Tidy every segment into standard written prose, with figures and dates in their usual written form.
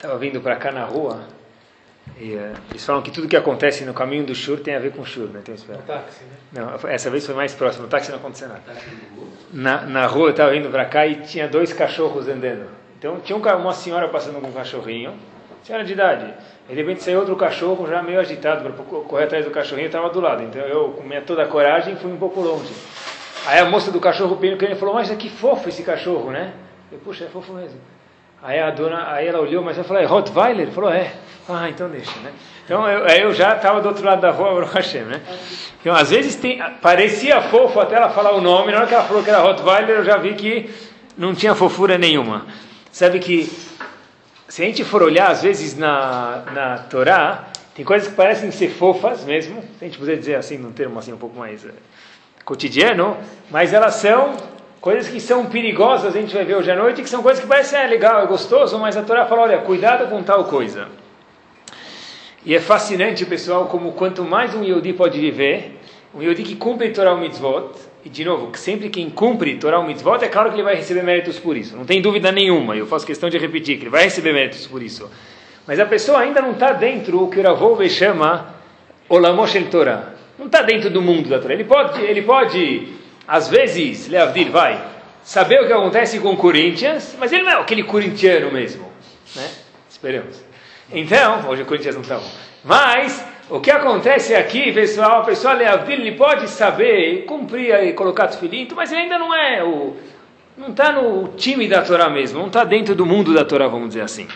Estava vindo para cá na rua e eles falam que tudo que acontece no caminho do Shur tem a ver com o Shur, né? Tem no táxi, né? Não, essa vez foi mais próximo. No táxi não aconteceu nada. Na rua eu estava vindo para cá e tinha 2 cachorros andando. Então tinha uma senhora passando com um cachorrinho, senhora de idade. E de repente saiu outro cachorro já meio agitado para correr atrás do cachorrinho, estava do lado. Então eu, com toda a coragem, fui um pouco longe. Aí a moça do cachorro falou, mas que fofo esse cachorro, né? Eu, puxa, é fofo mesmo. Aí a dona, aí ela olhou, mas eu falei, é Rottweiler? Falou, é. Ah, então deixa, né? Então eu já estava do outro lado da rua, Baruch Hashem, né? Então às vezes parecia fofo até ela falar o nome, na hora que ela falou que era Rottweiler, eu já vi que não tinha fofura nenhuma. Sabe que, se a gente for olhar, às vezes na Torá, tem coisas que parecem ser fofas mesmo, se a gente puder dizer assim, num termo assim um pouco mais cotidiano, mas elas são coisas que são perigosas, a gente vai ver hoje à noite, que são coisas que parecem legal, é gostoso, mas a Torá fala, olha, cuidado com tal coisa. E é fascinante, pessoal, como quanto mais um Yehudi pode viver, um Yehudi que cumpre Torá e Mitzvot, e de novo, sempre quem cumpre Torá e Mitzvot, é claro que ele vai receber méritos por isso, não tem dúvida nenhuma, eu faço questão de repetir, que ele vai receber méritos por isso. Mas a pessoa ainda não está dentro o que o Rav Wolbe chama Olamo Shel Torah, não está dentro do mundo da Torá, ele pode às vezes, Leavdil vai saber o que acontece com o Corinthians, mas ele não é aquele corintiano mesmo, né? Esperamos. Então, hoje o Corinthians não está bom. Mas, o que acontece aqui, pessoal, a pessoa Leavdil, ele pode saber, cumprir e colocar tefilim, mas ele ainda não é não está no time da Torá mesmo, não está dentro do mundo da Torá, vamos dizer assim.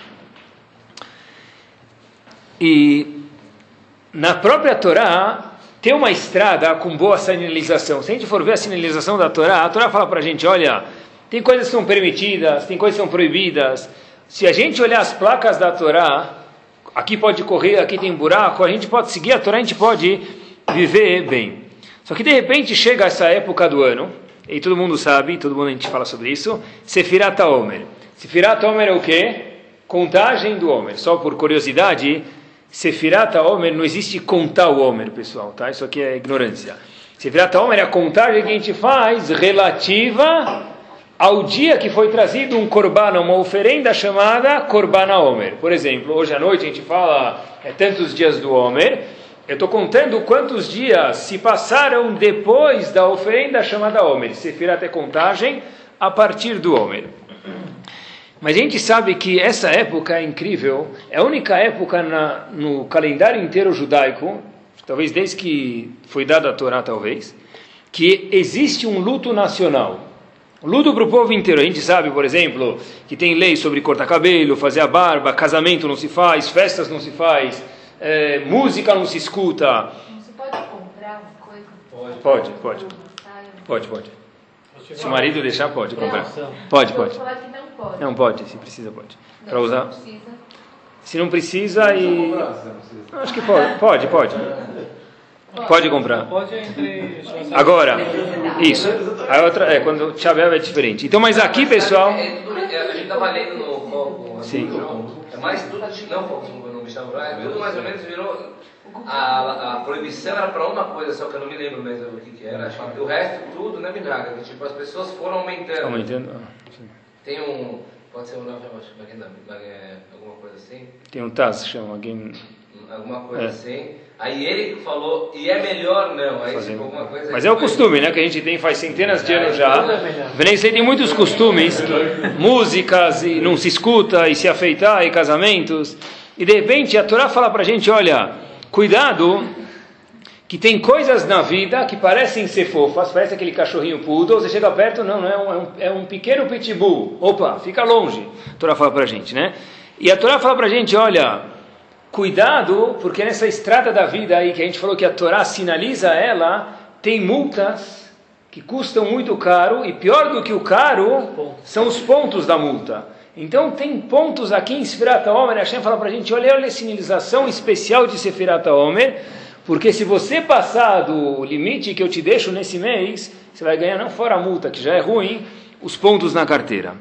E, na própria Torá, tem uma estrada com boa sinalização. Se a gente for ver a sinalização da Torá, a Torá fala para a gente, olha, tem coisas que são permitidas, tem coisas que são proibidas. Se a gente olhar as placas da Torá, aqui pode correr, aqui tem buraco, a gente pode seguir a Torá, a gente pode viver bem. Só que de repente chega essa época do ano, e todo mundo sabe, todo mundo a gente fala sobre isso, Sefirat HaOmer. Sefirat HaOmer é o quê? Contagem do Homer. Só por curiosidade, Sefirat HaOmer não existe contar o Homer, pessoal, tá? Isso aqui é ignorância. Sefirat HaOmer é a contagem que a gente faz relativa ao dia que foi trazido um korban, uma oferenda chamada Korban HaOmer. Por exemplo, hoje à noite a gente fala tantos dias do Homer. Eu estou contando quantos dias se passaram depois da oferenda chamada Homer. Sefirat é contagem a partir do Homer. Mas a gente sabe que essa época é incrível, é a única época no calendário inteiro judaico, talvez desde que foi dada a Torá, talvez, que existe um luto nacional. Luto para o povo inteiro. A gente sabe, por exemplo, que tem lei sobre cortar cabelo, fazer a barba, casamento não se faz, festas não se faz, música não se escuta. Não se pode comprar uma coisa? Pode. Se o marido deixar, pode comprar. Pode. Não pode, se precisa, pode. Para usar. Se não precisa acho que pode. Pode comprar. Agora, isso. A outra quando Shabbat é diferente. Então, mas aqui, pessoal. A gente estava lendo no copo. Sim. É mais tudo no Mishnah, tudo mais ou menos virou. A proibição era para uma coisa, só que eu não me lembro mesmo o que era. Acho que o resto tudo não é milagre. Tipo, as pessoas foram aumentando. Tem pode ser alguma coisa assim. Tem um Taz, chama alguém. Alguma coisa assim. Aí ele falou, e é melhor não. Aí tipo, alguma coisa. Mas é o costume, né? Que a gente tem faz centenas de anos já. Venezuela tem muitos costumes, músicas, e não se escuta, e se afeitar, e casamentos. E de repente a Torá fala pra gente, olha, cuidado, que tem coisas na vida que parecem ser fofas, parece aquele cachorrinho poodle, você chega perto, não é um pequeno pitbull. Opa, fica longe. A Torá fala pra gente, né? E a Torá fala pra gente, olha, cuidado, porque nessa estrada da vida aí, que a gente falou que a Torá sinaliza ela, tem multas que custam muito caro, e pior do que o caro, são os pontos da multa. Então tem pontos aqui em Sefirat HaOmer, a Hashem fala pra gente, olha a sinalização especial de Sefirat HaOmer, porque se você passar do limite que eu te deixo nesse mês, você vai ganhar, não fora a multa, que já é ruim, os pontos na carteira.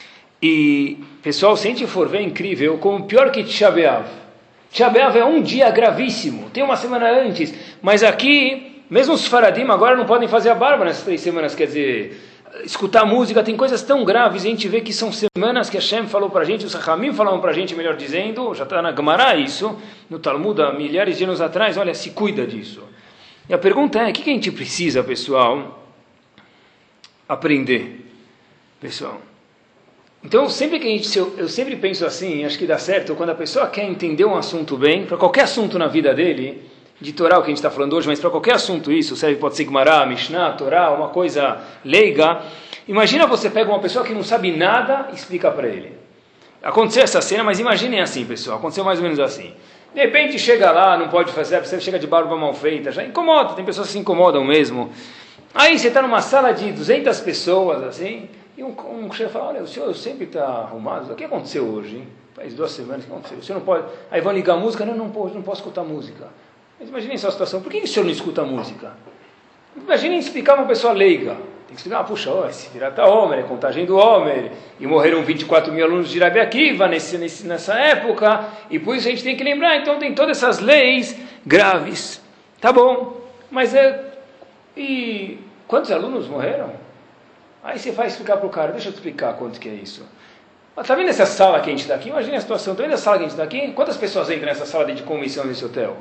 E, pessoal, se a gente for ver, é incrível, como pior que Tisha B'Av. Tisha B'Av é um dia gravíssimo, tem uma semana antes, mas aqui, mesmo os Faradim agora não podem fazer a barba nessas 3 semanas, quer dizer, escutar música, tem coisas tão graves, e a gente vê que são semanas que Hashem falou para a gente, os Hachamim falaram para a gente, melhor dizendo, já está na Gemara isso, no Talmud, há milhares de anos atrás, olha, se cuida disso. E a pergunta é, o que a gente precisa, pessoal, aprender, pessoal? Então, sempre que eu sempre penso assim, acho que dá certo, quando a pessoa quer entender um assunto bem, para qualquer assunto na vida dele, de Torá, o que a gente está falando hoje, mas para qualquer assunto isso, serve, pode ser Gemara, Mishnah, Torá, uma coisa leiga. Imagina você pega uma pessoa que não sabe nada e explica para ele. Aconteceu essa cena, mas imaginem assim, pessoal, aconteceu mais ou menos assim. De repente chega lá, não pode fazer, você chega de barba mal feita, já incomoda, tem pessoas que se incomodam mesmo. Aí você está numa sala de 200 pessoas, assim, e um chefe fala, olha, o senhor sempre está arrumado, o que aconteceu hoje, hein? Faz 2 semanas, o que aconteceu? O senhor não pode... Aí vão ligar a música, não posso escutar música. Mas imaginem só a situação, por que o senhor não escuta música? Imaginem explicar uma pessoa leiga. Tem que explicar, puxa, esse Virata Homer, é contagem do Homer, e morreram 24 mil alunos de Rabi Akiva nessa época, e por isso a gente tem que lembrar, então tem todas essas leis graves. Tá bom, mas e quantos alunos morreram? Aí você vai explicar para o cara, deixa eu te explicar quanto que é isso. Está vendo essa sala que a gente está aqui? Imagina a situação, está vendo a sala que a gente está aqui? Quantas pessoas entram nessa sala de convenção nesse hotel?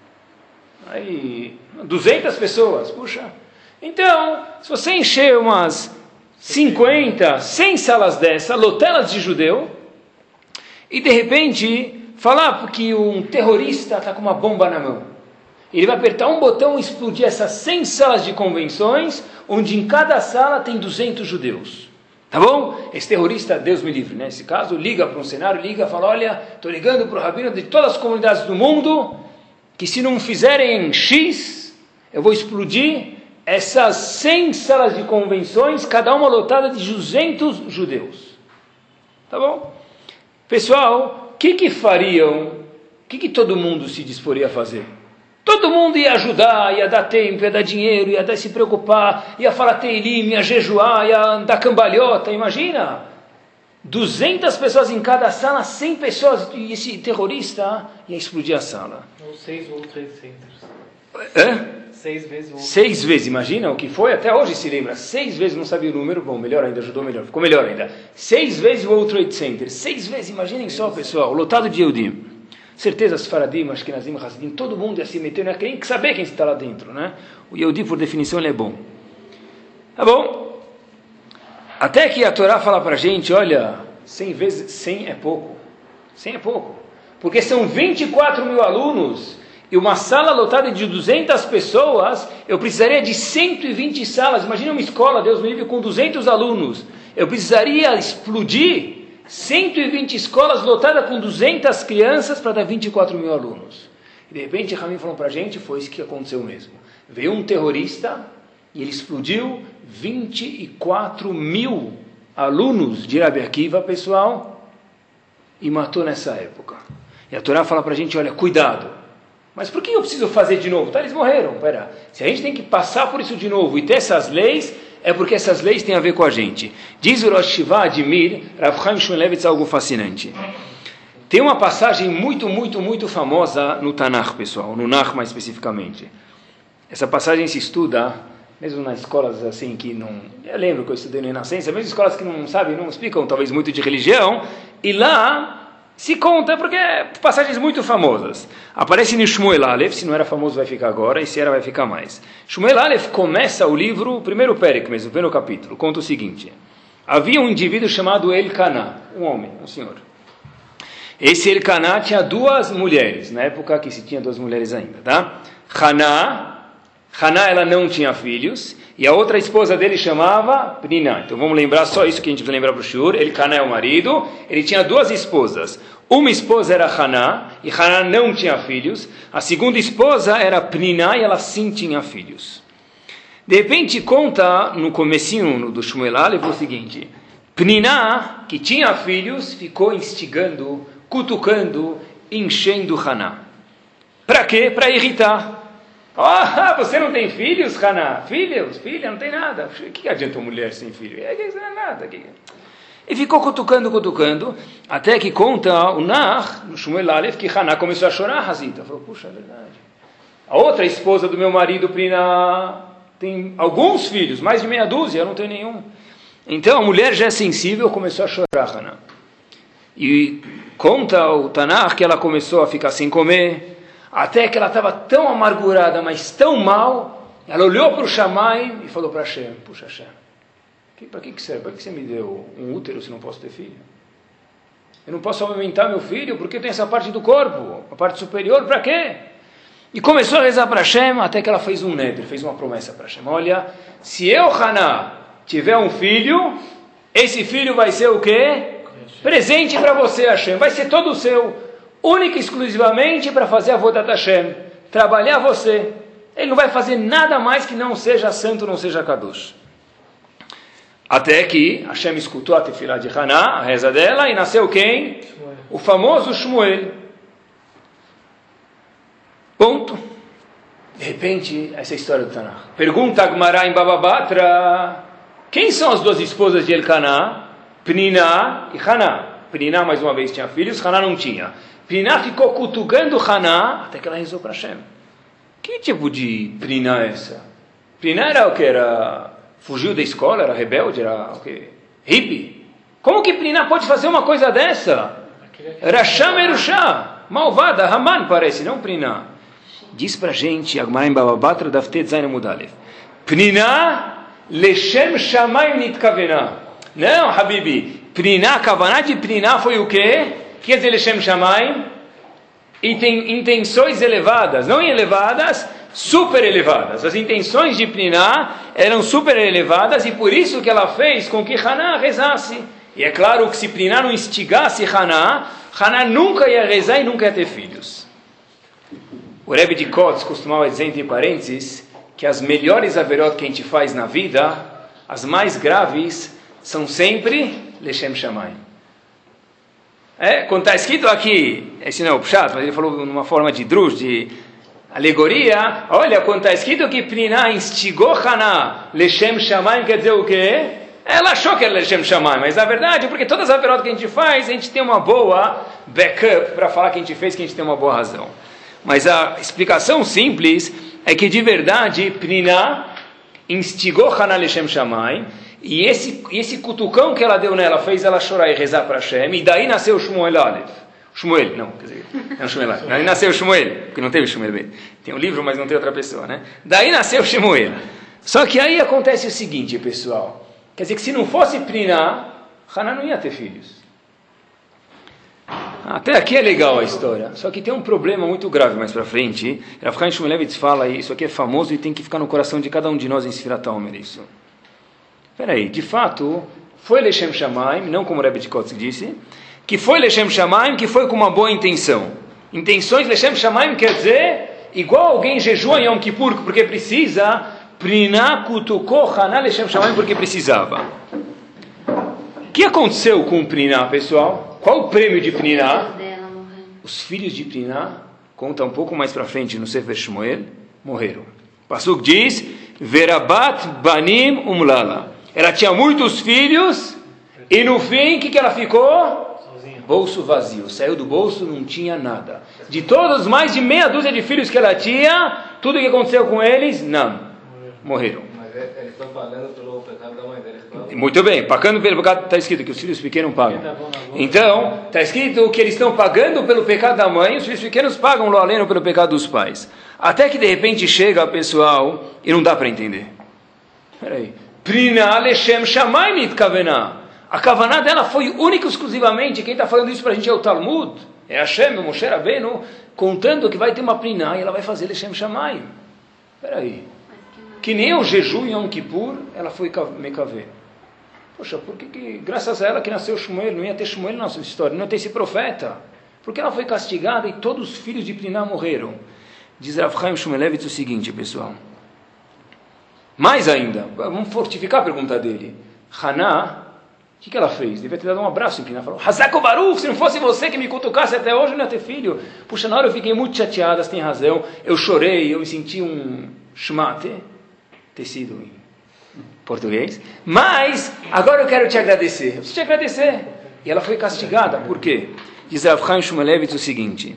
Aí, 200 pessoas, puxa. Então, se você encher umas 50, 100 salas dessa, lotelas de judeu, e de repente falar que um terrorista está com uma bomba na mão, ele vai apertar um botão e explodir essas 100 salas de convenções, onde em cada sala tem 200 judeus. Tá bom? Esse terrorista, Deus me livre, nesse caso, liga para um cenário, fala, olha, estou ligando para o rabino de todas as comunidades do mundo, que se não fizerem X, eu vou explodir essas 100 salas de convenções, cada uma lotada de 200 judeus. Tá bom? Pessoal, o que fariam, o que todo mundo se disporia a fazer? Todo mundo ia ajudar, ia dar tempo, ia dar dinheiro, ia se preocupar, ia falar teilim, ia jejuar, ia dar cambalhota, imagina? 200 pessoas em cada sala, 100 pessoas, e esse terrorista ia explodir a sala. Ou 6 World Trade Centers. É? 6 vezes o outro. 6 vezes, imagina o que foi, até hoje se lembra, 6 vezes, não sabia o número, bom, melhor ainda, ajudou melhor, ficou melhor ainda. 6 vezes o World Trade Center, 6 vezes, imaginem só, pessoal, lotado de Yehudim. Certeza, os Faradim, Ashkenazim, Hasidim, todo mundo ia se meter, não ia querer saber quem está lá dentro, né? O Yehudi, por definição, ele é bom. Tá bom? Até que a Torá fala para a gente, olha, 100 vezes, 100 é pouco. 100 é pouco. Porque são 24 mil alunos e uma sala lotada de 200 pessoas, eu precisaria de 120 salas. Imagina uma escola, Deus me livre, com 200 alunos. Eu precisaria explodir 120 escolas lotadas com 200 crianças para dar 24 mil alunos. E de repente, Ramim falou para a gente, foi isso que aconteceu mesmo. Veio um terrorista e ele explodiu 24 mil alunos de Rabi Akiva, pessoal, e matou nessa época. E a Torá fala para a gente, olha, cuidado. Mas por que eu preciso fazer de novo? Tá, eles morreram, pera. Se a gente tem que passar por isso de novo e ter essas leis, é porque essas leis têm a ver com a gente. Diz o Rosh Shiva Admir, Rav Chaim Shmulevitz, algo fascinante. Tem uma passagem muito famosa no Tanakh, pessoal, no Nach mais especificamente. Essa passagem se estuda, mesmo nas escolas assim que não... Eu lembro que eu estudei na Renascença, mesmo escolas que não sabem, não explicam talvez muito de religião, e lá se conta, porque passagens muito famosas. Aparece no Shmuel Aleph, se não era famoso vai ficar agora, e se era vai ficar mais. Shmuel Aleph começa o livro, o primeiro Perek mesmo, o primeiro capítulo, conta o seguinte. Havia um indivíduo chamado Elcaná, um homem, um senhor. Esse Elcaná tinha 2 mulheres, na época que se tinha 2 mulheres ainda, tá? Haná, ela não tinha filhos, e a outra esposa dele chamava Pniná. Então vamos lembrar só isso que a gente vai lembrar para o Shur. Elcaná é o marido, ele tinha 2 esposas. Uma esposa era Haná, e Haná não tinha filhos. A segunda esposa era Pniná, e ela sim tinha filhos. De repente conta no comecinho do Shmuel Aleph o seguinte: Pniná, que tinha filhos, ficou instigando, cutucando, enchendo Haná. Para quê? Para irritar. Você não tem filhos, Haná? Filha, não tem nada. O que adianta uma mulher sem filho? Não é nada. E ficou cutucando, até que conta o Nach, no Shmuel Aleph, que Haná começou a chorar, Hazita. Falou, puxa, é verdade. A outra esposa do meu marido, Pniná, tem alguns filhos, mais de meia dúzia, eu não tenho nenhum. Então a mulher já é sensível, começou a chorar, Haná. E conta o Tanakh que ela começou a ficar sem comer, até que ela estava tão amargurada, mas tão mal, ela olhou para o Shammai e falou para Hashem, puxa Hashem, para que serve? Para que você me deu um útero se não posso ter filho? Eu não posso aumentar meu filho porque tem essa parte do corpo, a parte superior, para quê? E começou a rezar para Hashem, até que ela fez um neder, fez uma promessa para Hashem. Olha, se eu, Haná, tiver um filho, esse filho vai ser o quê? Presente para você, Hashem. Vai ser todo o seu, única e exclusivamente para fazer a Avodat Hashem, trabalhar você. Ele não vai fazer nada mais que não seja santo, não seja Kadosh. Até que Hashem escutou a tefilá de Haná, a reza dela, e nasceu quem? Shmuel. O famoso Shmuel. Ponto. De repente, essa história do Tanakh. Pergunta a Gemara em Baba Batra, quem são as duas esposas de Elcaná? Pniná e Haná. Pniná, mais uma vez, tinha filhos, Haná não tinha. Pniná ficou cutucando Haná, até que ela rezou para Hashem. Que tipo de Pniná é essa? Pniná era o que? Fugiu da escola, era rebelde, era o quê? Hippie? Como que Pniná pode fazer uma coisa dessa? Rasha Merushá, malvada, Haman parece, não Pniná. Diz pra gente, Agmará em Baba Batra, Daftet Zayin Mudalev. Pniná Leshem Shamayim Nitkavená. Não, Habibi. Pniná, a Kavaná de Pniná foi o quê? Quer dizer Leshem Shamayim? E tem intenções elevadas, não elevadas, super elevadas. As intenções de Pniná eram super elevadas e por isso que ela fez com que Haná rezasse. E é claro que se Pniná não instigasse Haná, Haná nunca ia rezar e nunca ia ter filhos. O Rebbe de Kotz costumava dizer, entre parênteses, que as melhores averot que a gente faz na vida, as mais graves, são sempre Leshem Shamayim. Quando está escrito aqui, esse não é o Pshat, mas ele falou numa forma de drush, de alegoria, olha, quando está escrito que Pniná instigou Haná, Leshem Shamayim, quer dizer o quê? Ela achou que era Leshem Shamayim, mas na verdade, porque todas as averot que a gente faz, a gente tem uma boa backup para falar que a gente fez, que a gente tem uma boa razão. Mas a explicação simples é que de verdade Pniná instigou Haná Leshem Shamayim, e esse cutucão que ela deu nela fez ela chorar e rezar para Hashem, e daí nasceu o Shmuel Aleph. Shmuel, não, quer dizer, não Shmuel Aleph. Daí nasceu o Shmuel, porque não teve Shmuel Ben. Tem um livro, mas não tem outra pessoa, né? Daí nasceu o Shmuel. Só que aí acontece o seguinte, pessoal. Quer dizer que se não fosse Pniná, Haná não ia ter filhos. Até aqui é legal a história, só que tem um problema muito grave mais para frente. Rav Chaim Shmulevitz fala, isso aqui é famoso e tem que ficar no coração de cada um de nós em Sfirat HaOmer, isso. Peraí, de fato, foi Leshem Shamayim, não como o Rebbe de Kotz disse, que foi Leshem Shamayim, que foi com uma boa intenção. Intenções Leshem Shamayim quer dizer, igual alguém jejua em Yom Kippur, porque precisa, Pniná kutukó Haná Leshem Shamayim, porque precisava. O que aconteceu com Pniná, pessoal? Qual o prêmio de Pniná? Os filhos de Pniná, conta um pouco mais para frente no Sefer Shmuel, morreram. O Pasuk diz, Verabat Banim Umlala. Ela tinha muitos filhos, e no fim, o que ela ficou? Sozinha. Bolso vazio. Saiu do bolso, não tinha nada. De todos, mais de meia dúzia de filhos que ela tinha, tudo o que aconteceu com eles, não. Morreram. Mas eles estão pagando pelo pecado da mãe deles. Muito bem, pagando pelo pecado, está escrito que os filhos pequenos pagam. Então, está escrito que eles estão pagando pelo pecado da mãe, os filhos pequenos pagam lo aleno pelo pecado dos pais. Até que de repente chega o pessoal e não dá para entender. Peraí. Pniná Leshem Shamayim Nitkavená. A kavaná dela foi única e exclusivamente, quem está falando isso para a gente é o Talmud, é Hashem, o Moshe Rabbeinu, contando que vai ter uma Pniná e ela vai fazer Leshem Shamayim. Peraí. Que nem o jejum em Yom Kippur, ela foi Mekaveh. Poxa, por que graças a ela que nasceu Shmuel, não ia ter Shmuel na nossa história, não ia ter esse profeta? Porque ela foi castigada e todos os filhos de Pniná morreram. Diz Rav Chaim Shmulevitz o seguinte, pessoal. Mais ainda, vamos fortificar a pergunta dele. Haná, o que ela fez? Devia ter dado um abraço em Pniná. Falou, Hazako Baruch, se não fosse você que me cutucasse até hoje, eu não ia ter filho. Puxa, na hora eu fiquei muito chateada, você tem razão. Eu chorei, eu me senti um shmate, tecido em português. Mas, agora eu quero te agradecer. Eu preciso te agradecer. E ela foi castigada. Por quê? Diz Rav Chaim Shmulevitz o seguinte.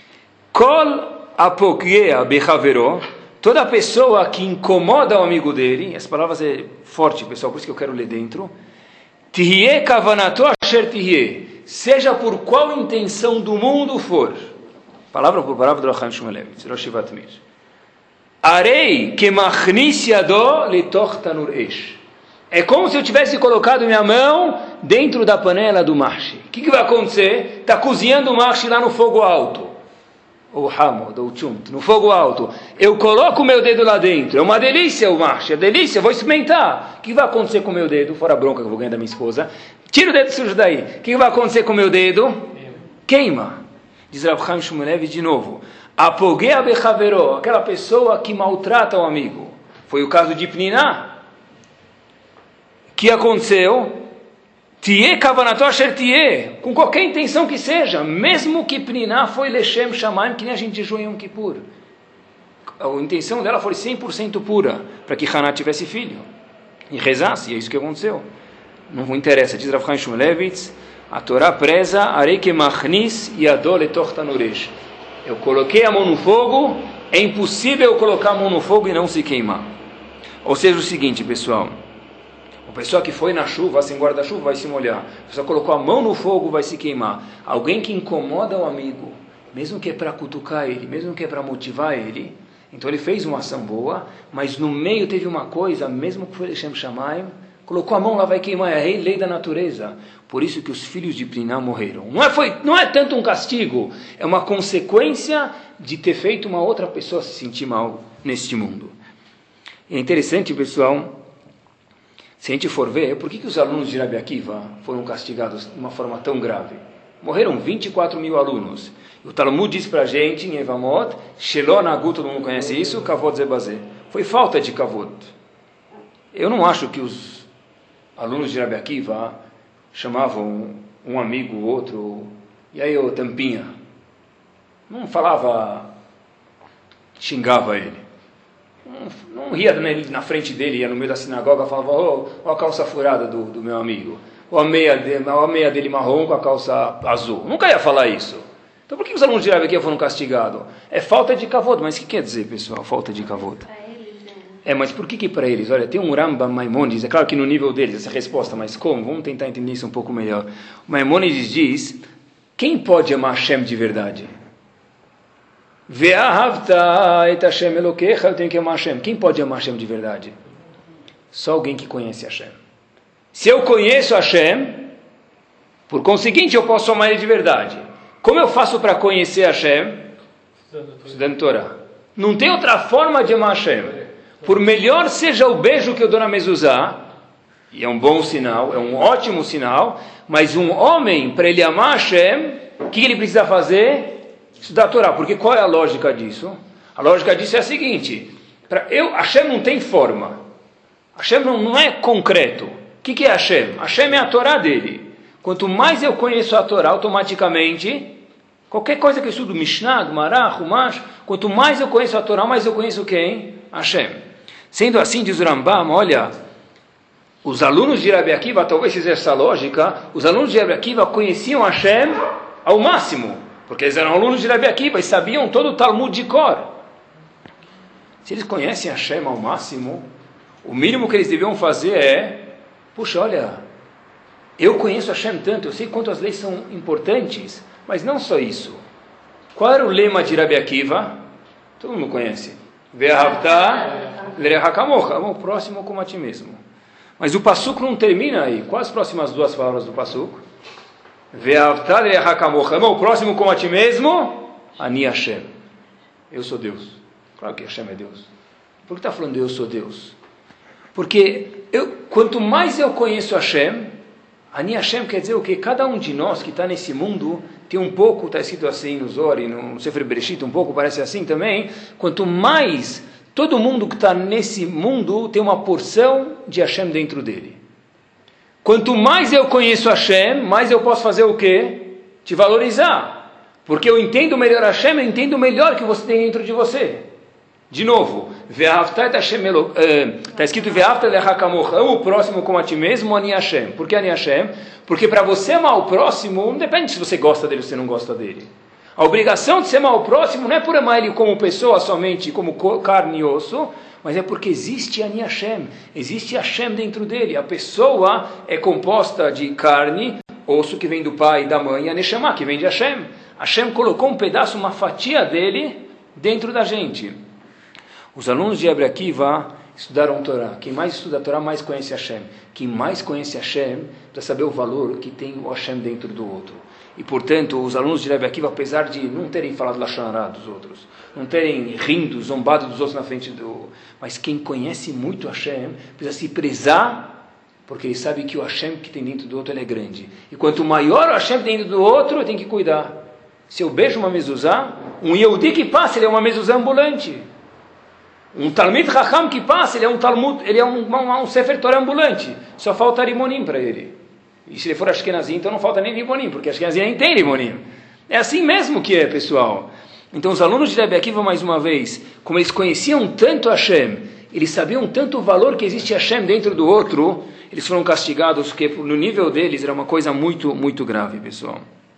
Kol apokyea bechaveró. Toda pessoa que incomoda o amigo dele, essa palavra é forte, pessoal, por isso que eu quero ler dentro. Tihye kavanato asher tihye. Seja por qual intenção do mundo for. Palavra por palavra do Chaim Shmulevitz, Rosh Vatmir. Arei kemachnis yado letoch tanur esh. É como se eu tivesse colocado minha mão dentro da panela do marche. O que vai acontecer? Está cozinhando o marche lá no fogo alto. Ou hamod, ou chumt, no fogo alto. Eu coloco o meu dedo lá dentro. É uma delícia o marche, é delícia, vou experimentar. O que vai acontecer com o meu dedo? Fora a bronca que eu vou ganhar da minha esposa. Tira o dedo sujo daí. O que vai acontecer com o meu dedo? Queima. Diz Rav Chaim Shmulevitz de novo. Apogea bechavero, aquela pessoa que maltrata o amigo. Foi o caso de Pniná. O que aconteceu? Tiê kavanato asher tiê, com qualquer intenção que seja, mesmo que Pniná foi Leshem Shamayim, que nem a gente jejum em Yom Kippur. A intenção dela foi 100% pura, para que Haná tivesse filho. E rezasse, e é isso que aconteceu. Não interessa, diz Rav Chaim Shmulevitz, a Torá preza, arei kemachnis yado letoch tanuresh. Eu coloquei a mão no fogo, é impossível eu colocar a mão no fogo e não se queimar. Ou seja, o seguinte, pessoal, a pessoa que foi na chuva, sem guarda-chuva, vai se molhar. A pessoa colocou a mão no fogo, vai se queimar. Alguém que incomoda o amigo, mesmo que é para cutucar ele, mesmo que é para motivar ele, então ele fez uma ação boa, mas no meio teve uma coisa, mesmo que foi Leshem Shamayim, colocou a mão lá, vai queimar, é a lei da natureza. Por isso que os filhos de Pniná morreram. Não é tanto um castigo, é uma consequência de ter feito uma outra pessoa se sentir mal neste mundo. É interessante, pessoal, se a gente for ver, por que os alunos de Rabi Akiva foram castigados de uma forma tão grave? Morreram 24 mil alunos. O Talmud diz para a gente, em Evamot, Shelo Nagu, todo mundo conhece isso, Kavod Zebazé. Foi falta de Kavod. Eu não acho que os alunos de Rabi Akiva chamavam um amigo, o outro, e aí o tampinha. Não falava, xingava ele. Não ria na frente dele, ia no meio da sinagoga, falava, ó a calça furada do meu amigo, ou a meia dele marrom com a calça azul. Nunca ia falar isso. Então por que os alunos de Rabi Akiva foram castigados? É falta de kavod. Mas o que quer dizer, pessoal, falta de kavod? Mas por que para eles? Olha, tem um Rambam Maimonides, é claro que no nível deles essa resposta, mas como? Vamos tentar entender isso um pouco melhor. O Maimonides diz, quem pode amar Hashem de verdade? Ve'ahavta et Hashem Elokecha, eu tenho que amar Hashem. Quem pode amar Hashem de verdade? Só alguém que conhece Hashem. Se eu conheço Hashem, por conseguinte eu posso amar Ele de verdade. Como eu faço para conhecer Hashem? Estudando Torá. Não tem outra forma de amar Hashem. Por melhor seja o beijo que eu dou na mezuzá, e é um bom sinal, é um ótimo sinal, mas um homem, para ele amar Hashem, o que ele precisa fazer? Estudar a Torá. Porque qual é a lógica disso? A lógica disso é a seguinte, Hashem não tem forma, Hashem não é concreto. O que é Hashem? Hashem é a Torá dele. Quanto mais eu conheço a Torá, automaticamente, qualquer coisa que eu estudo, Mishnah, Gemara, Humash, quanto mais eu conheço a Torá, mais eu conheço quem? Hashem. Sendo assim, diz o Rambam, olha, os alunos de Rabi Akiva, talvez fizessem essa lógica, os alunos de Rabi Akiva conheciam Hashem ao máximo, porque eles eram alunos de Rabi Akiva e sabiam todo o Talmud de cor. Se eles conhecem Hashem ao máximo, o mínimo que eles deviam fazer é, puxa, olha, eu conheço Hashem tanto, eu sei quanto as leis são importantes, mas não só isso. Qual era o lema de Rabi Akiva? Todo mundo conhece. Ve'ahavta le'rehakamocha, o próximo como a ti mesmo. Mas o passuco não termina aí. Quais as próximas duas palavras do passuco? Ve'ahavta le'rehakamocha, o próximo como a ti mesmo, Ani Hashem. Eu sou Deus. Claro que Hashem é Deus. Por que está falando eu sou Deus? Porque quanto mais eu conheço Hashem, Ani Hashem quer dizer o que? Cada um de nós que está nesse mundo tem um pouco, está escrito assim no Zohar e no Sefer Bereshit, um pouco parece assim também. Quanto mais todo mundo que está nesse mundo tem uma porção de Hashem dentro dele. Quanto mais eu conheço Hashem, mais eu posso fazer o quê? Te valorizar. Porque eu entendo melhor Hashem, eu entendo melhor o que você tem dentro de você. De novo, está escrito Ve'ahavta le'rehakamocha, ama o próximo como a ti mesmo, Ani Hashem. Por que Ani Hashem? Porque para você amar o próximo, não depende se você gosta dele ou se não gosta dele. A obrigação de ser amar o próximo não é por amar ele como pessoa somente, como carne e osso. mas é porque existe Ani Hashem, existe Hashem dentro dele. A pessoa é composta de carne, osso que vem do pai e da mãe, e a Neshama que vem de Hashem. Hashem colocou um pedaço, uma fatia dele dentro da gente. Os alunos de Rebbe Akiva estudaram Torá. Quem mais estuda a Torá, mais conhece Hashem. Quem mais conhece Hashem, precisa saber o valor que tem o Hashem dentro do outro. E, portanto, os alunos de Rebbe Akiva, apesar de não terem falado Lashon Hara dos outros, não terem rindo, zombado dos outros na frente do... Mas quem conhece muito Hashem, precisa se prezar, porque ele sabe que o Hashem que tem dentro do outro, ele é grande. E quanto maior o Hashem dentro do outro, eu tenho que cuidar. Se eu beijo uma mezuzá, um Yehudi que passa, ele é uma mezuzá ambulante. Um Talmid Chacham que passa, ele é um Talmud, ele é um Sefer Torah ambulante. Só falta Rimonim para ele. E se ele for Ashkenazim, então não falta nem Rimonim, porque Ashkenazim nem tem Rimonim. É assim mesmo que é, pessoal. Então os alunos de Rebbe Akiva, mais uma vez, como eles conheciam tanto Hashem, eles sabiam tanto o valor que existe Hashem dentro do outro, eles foram castigados, porque no nível deles era uma coisa muito, muito grave, pessoal.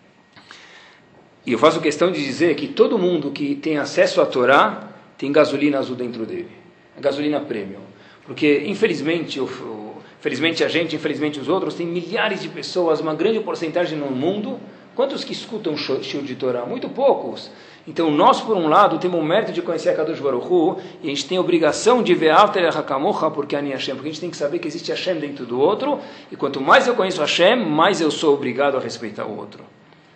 E eu faço questão de dizer que todo mundo que tem acesso à Torá tem gasolina azul dentro dele. A gasolina premium. Porque, infelizmente, felizmente a gente, infelizmente os outros, tem milhares de pessoas, uma grande porcentagem no mundo. Quantos que escutam shiur de Torá? Muito poucos. Então, nós, por um lado, temos o mérito de conhecer a Kadosh Baruch Hu, e a gente tem a obrigação de ver Avter HaKamocha, porque Ani Hashem, porque a gente tem que saber que existe Hashem dentro do outro, e quanto mais eu conheço Hashem, mais eu sou obrigado a respeitar o outro.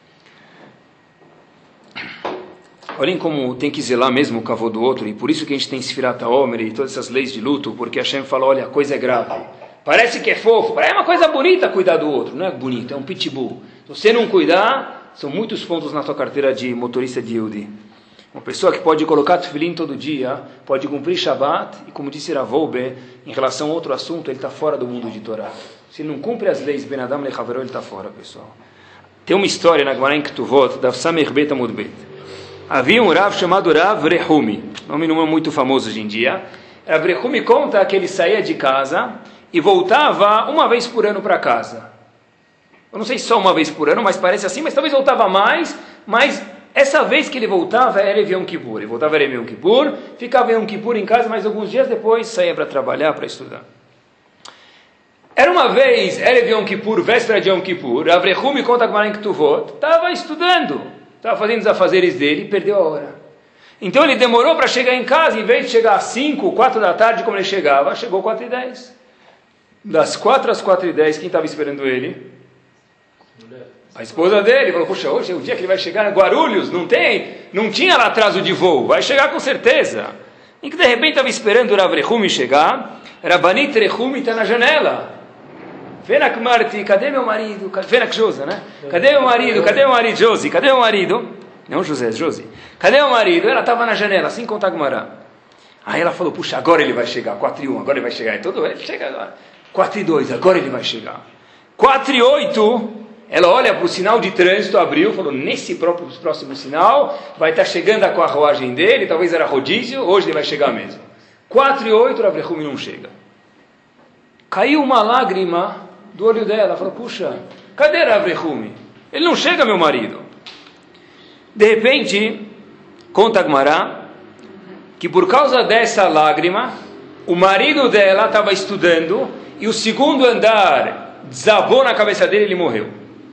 Olhem como tem que zelar mesmo o kavod do outro, e por isso que a gente tem Sfirat HaOmer e todas essas leis de luto, porque Hashem fala, olha, a coisa é grave. Parece que é fofo, é uma coisa bonita cuidar do outro, não é bonito, é um pitbull. Se você não cuidar, são muitos pontos na tua carteira de motorista de Yehudi. Uma pessoa que pode colocar tefilim todo dia, pode cumprir Shabbat, e como disse Rav Wolbe, em relação a outro assunto, ele está fora do mundo de Torá. Se ele não cumpre as leis Ben Adam Lechavero, ele está fora, pessoal. Tem uma história na Gemara em Ketuvot, da Samer Bet Amud Bet. Havia um Rav chamado Rav Rehumi, nome não é muito famoso hoje em dia. Rav Rehumi conta que ele saía de casa e voltava uma vez por ano para casa. Eu não sei se só uma vez por ano, mas parece assim, mas talvez voltava mais, mas essa vez que ele voltava era Yom Kippur. Ele voltava era Yom Kippur, ficava Yom Kippur em casa, mas alguns dias depois saía para trabalhar, para estudar. Era uma vez, era Yom Kippur, véspera de Yom Kippur, Rav Rehumi conta que Gemara em Ketuvot, estava estudando. Estava fazendo os afazeres dele e perdeu a hora. Então ele demorou para chegar em casa, em vez de chegar às 5, 4 da tarde, como ele chegava, chegou 4h10. Das 4 às 4h10, quem estava esperando ele? A esposa dele. Falou, poxa, hoje é o dia que ele vai chegar em Guarulhos, não tinha lá atraso de voo, vai chegar com certeza. E que de repente estava esperando o Rav Rehumi chegar, Rabanit Rehumi está na janela. Fenak Marti, cadê meu marido? Fenak Josa, né? Cadê meu marido? Cadê meu marido? Josi, cadê meu marido? Não José, Josi. Cadê meu marido? Ela estava na janela, assim conta Gumará. Aí ela falou, puxa, agora ele vai chegar. 4h01, agora ele vai chegar. Ele chega agora. 4h02, agora ele vai chegar. 4h08, ela olha para o sinal de trânsito, abriu, falou, nesse próximo sinal, vai estar chegando a carruagem dele, talvez era rodízio, hoje ele vai chegar mesmo. 4h08, o Rav Rehumi não chega. Caiu uma lágrima do olho dela, falou, puxa, cadê Rav Rehumi? Ele não chega, meu marido. De repente, conta Gumará, que por causa dessa lágrima, o marido dela estava estudando, e o segundo andar desabou na cabeça dele e ele morreu.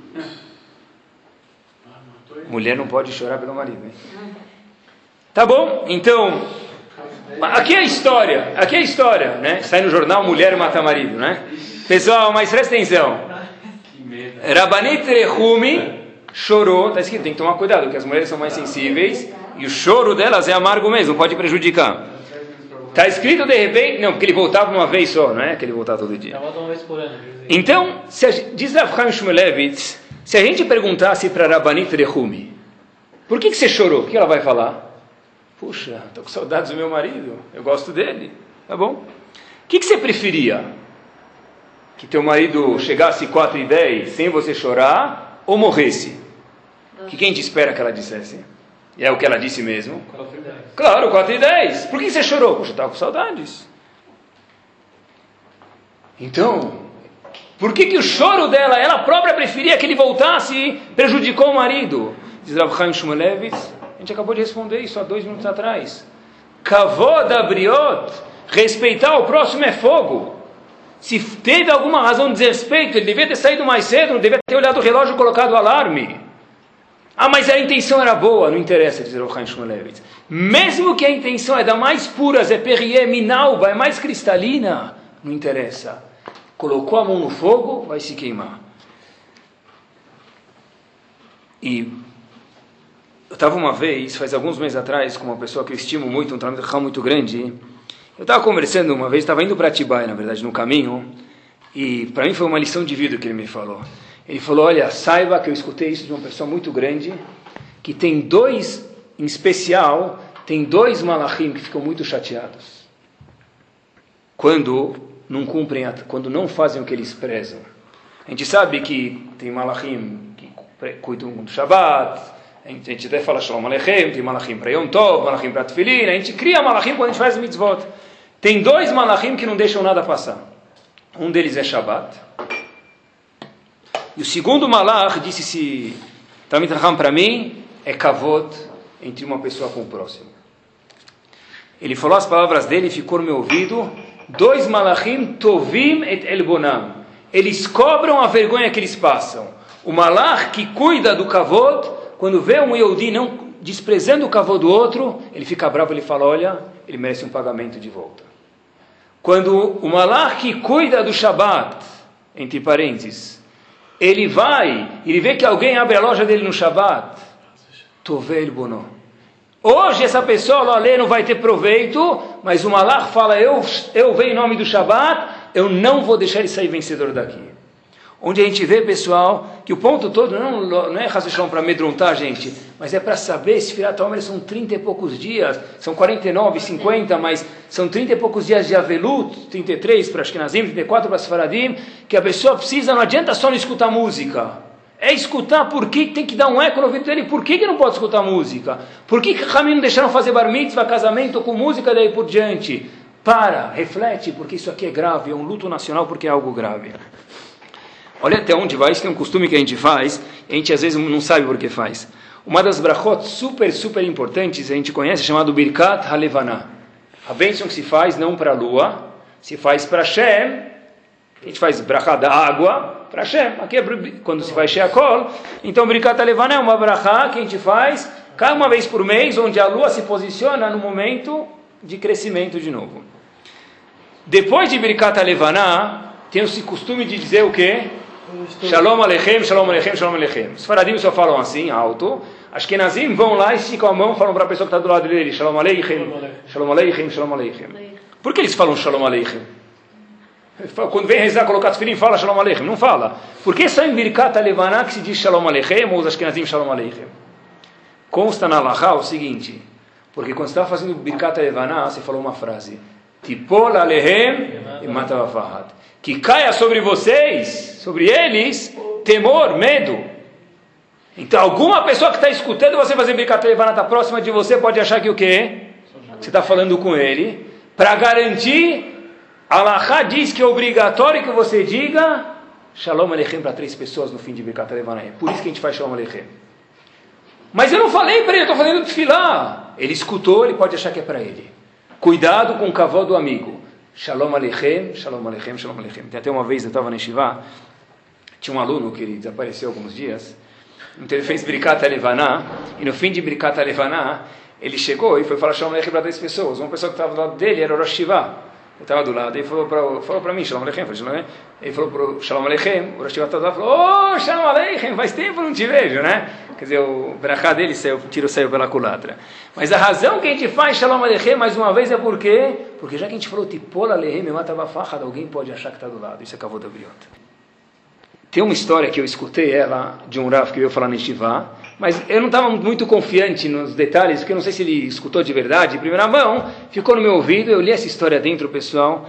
Mulher não pode chorar pelo marido, hein? Tá bom, então, aqui é a história, né? Sai no jornal, mulher mata marido, né? Pessoal, mas presta atenção. Rabanit Rehumi chorou, está escrito, tem que tomar cuidado, porque as mulheres são mais sensíveis, e o choro delas é amargo mesmo, pode prejudicar. Está escrito de repente, não, porque ele voltava uma vez só, não é que ele voltava todo dia. Então, diz Rav Chaim Shmulevitz, se a gente perguntasse para Rabanit Rehumi, por que você chorou? O que ela vai falar? Puxa, estou com saudades do meu marido, eu gosto dele, tá bom? O que você preferia? Que teu marido chegasse 4h10 sem você chorar, ou morresse? O que a gente espera que ela dissesse? E é o que ela disse mesmo? 4h10. Claro, 4h10. Por que você chorou? Puxa, eu estava com saudades. Então, por que o choro dela, ela própria preferia que ele voltasse e prejudicou o marido? Diz Rav Chaim Shmulevitz, a gente acabou de responder isso há 2 minutos atrás. Kavod abriot Respeitar o próximo é fogo. Se teve alguma razão de desrespeito, ele devia ter saído mais cedo, não devia ter olhado o relógio e colocado o alarme. Ah, mas a intenção era boa, não interessa, diz o Chaim Shmulevitz. Mesmo que a intenção é da mais pura, é Perrier, Minalba, é mais cristalina, não interessa. Colocou a mão no fogo, vai se queimar. E eu estava uma vez, faz alguns meses atrás, com uma pessoa que eu estimo muito, um trabalho muito grande. Eu estava conversando uma vez, estava indo para Atibaia, na verdade, no caminho, e para mim foi uma lição de vida que ele me falou. Ele falou, olha, saiba que eu escutei isso de uma pessoa muito grande, que tem dois, em especial, tem dois malachim que ficam muito chateados. Quando não cumprem, quando não fazem o que eles prezam. A gente sabe que tem malachim que cuidam do Shabbat, a gente até fala Shalom Aleichem, tem malachim para Yom Tov, malachim para Tefilin, a gente cria malachim quando a gente faz mitzvot. Tem dois malachim que não deixam nada passar. Um deles é Shabbat. E o segundo malach disse-se, Talmid Chacham para mim, é kavod entre uma pessoa com o próximo. Ele falou as palavras dele, ficou no meu ouvido, dois malachim tovim et elbonam. Eles cobram a vergonha que eles passam. O malach que cuida do kavod, quando vê um Yehudi não desprezando o kavod do outro, ele fica bravo, ele fala, olha, ele merece um pagamento de volta. Quando o malach que cuida do Shabbat, entre parênteses, ele vai, ele vê que alguém abre a loja dele no Shabbat, Tovel Bono. Hoje essa pessoa não vai ter proveito, mas o malach fala, eu venho em nome do Shabbat, eu não vou deixar ele sair vencedor daqui. Onde a gente vê, pessoal, que o ponto todo não é Hazushon para amedrontar a gente, mas é para saber se Firat Omer são 30 e poucos dias, são 49, 50, mas são 30 e poucos dias de Avelut, 33 para Ashkenazim, 34 para Sfaradim, que a pessoa precisa, não adianta só não escutar música, é escutar por que tem que dar um eco no ouvido dele, por que não pode escutar música, por que Ramim não deixaram fazer bar mitzvah, casamento com música daí por diante, reflete, porque isso aqui é grave, é um luto nacional porque é algo grave. Olha até onde vai, isso tem um costume que a gente faz, e a gente às vezes não sabe por que faz. Uma das brachot super importantes, a gente conhece, é chamado Birkat HaLevanah. A bênção que se faz não para a lua, se faz para Hashem, a gente faz brachá da água para Hashem. Aqui é quando se faz Sheakol, então Birkat HaLevanah é uma brachá que a gente faz cada uma vez por mês, onde a lua se posiciona no momento de crescimento de novo. Depois de Birkat HaLevanah, tem esse costume de dizer o quê? Shalom Aleichem, Shalom Aleichem, Shalom Aleichem. Os faradim só falam assim, alto. As Kenazim vão lá e esticam a mão, falam para a pessoa que está do lado dele, Shalom Aleichem, Shalom Aleichem, Shalom Aleichem. Por que eles falam Shalom Aleichem? Quando vem rezar, colocar tefilim, fala Shalom Aleichem. Não fala. Por que só em Birkat HaLevanah que se diz Shalom Aleichem ou os Ashkenazim Shalom Aleichem? Consta na Halachá o seguinte, porque quando você está fazendo Birkat HaLevanah, você falou uma frase, Tipol Aleichem e Matavafahat. Que caia sobre vocês, sobre eles, temor, medo. Então, alguma pessoa que está escutando você fazer Birkat HaLevanah, está próxima de você, pode achar que o quê? Você está falando com ele. Para garantir, Alahá diz que é obrigatório que você diga Shalom Aleichem para 3 pessoas no fim de Birkat HaLevanah. Por isso que a gente faz Shalom Aleichem. Mas eu não falei para ele, eu estou fazendo tefilá. Ele escutou, ele pode achar que é para ele. Cuidado com o kavod do amigo. Shalom Aleichem, Shalom Aleichem, Shalom Aleichem. Tem até uma vez, eu estava na Yeshiva, tinha um aluno que ele desapareceu alguns dias, então ele fez Birkat HaLevanah, e no fim de Birkat HaLevanah, ele chegou e foi falar Shalom Aleichem para 10 pessoas. Uma pessoa que estava do lado dele era o Rosh Yeshiva. Ele estava do lado, ele falou para mim, Shalom Aleichem, ele falou para o Shalom Aleichem, o Rosh Yeshiva estava lá e falou, Shalom Aleichem, faz tempo não te vejo, né? Quer dizer, o brachá dele saiu, o tiro saiu pela culatra. Mas a razão que a gente faz Shalom Aleichem mais uma vez é por quê? Porque já que a gente falou Tipol Aleichem e Matavafachad, alguém pode achar que está do lado. Isso é Kavod Abriot. Tem uma história que eu escutei ela de um Rav que veio falar no Yeshiva, mas eu não estava muito confiante nos detalhes, porque eu não sei se ele escutou de verdade, em primeira mão, ficou no meu ouvido, eu li essa história dentro, pessoal,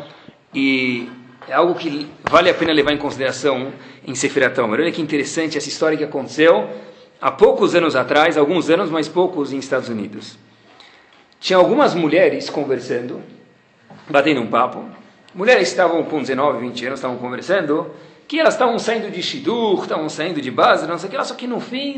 e é algo que vale a pena levar em consideração em Sefirat Omer. Olha que interessante essa história que aconteceu há poucos anos atrás, alguns anos, mas poucos, em Estados Unidos. Tinha algumas mulheres conversando, batendo um papo. Mulheres estavam com 19, 20 anos, estavam conversando, que elas estavam saindo de Shidur, estavam saindo de base, não sei o que lá, só que no fim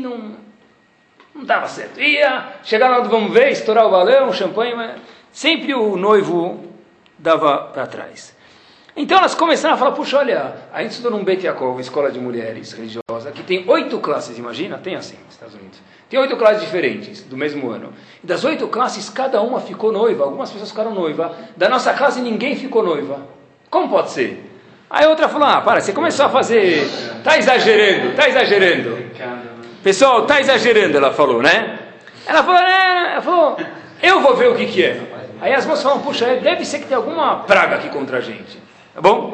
não dava certo. Chegaram lá do vamos ver, estourar o balão, o champanhe, mas sempre o noivo dava para trás. Então elas começaram a falar, puxa, olha, a gente estudou num Bet Yaakov, escola de mulheres religiosa, que tem 8 classes, imagina? Tem assim, nos Estados Unidos. Tem 8 classes diferentes, do mesmo ano. E das 8 classes, cada uma ficou noiva, algumas pessoas ficaram noiva. Da nossa classe, ninguém ficou noiva. Como pode ser? Aí a outra falou, para, você começou a fazer, tá exagerando. Pessoal, tá exagerando, ela falou, né? Ela falou, eu vou ver o que é. Aí as moças falam, puxa, deve ser que tem alguma praga aqui contra a gente. Tá bom?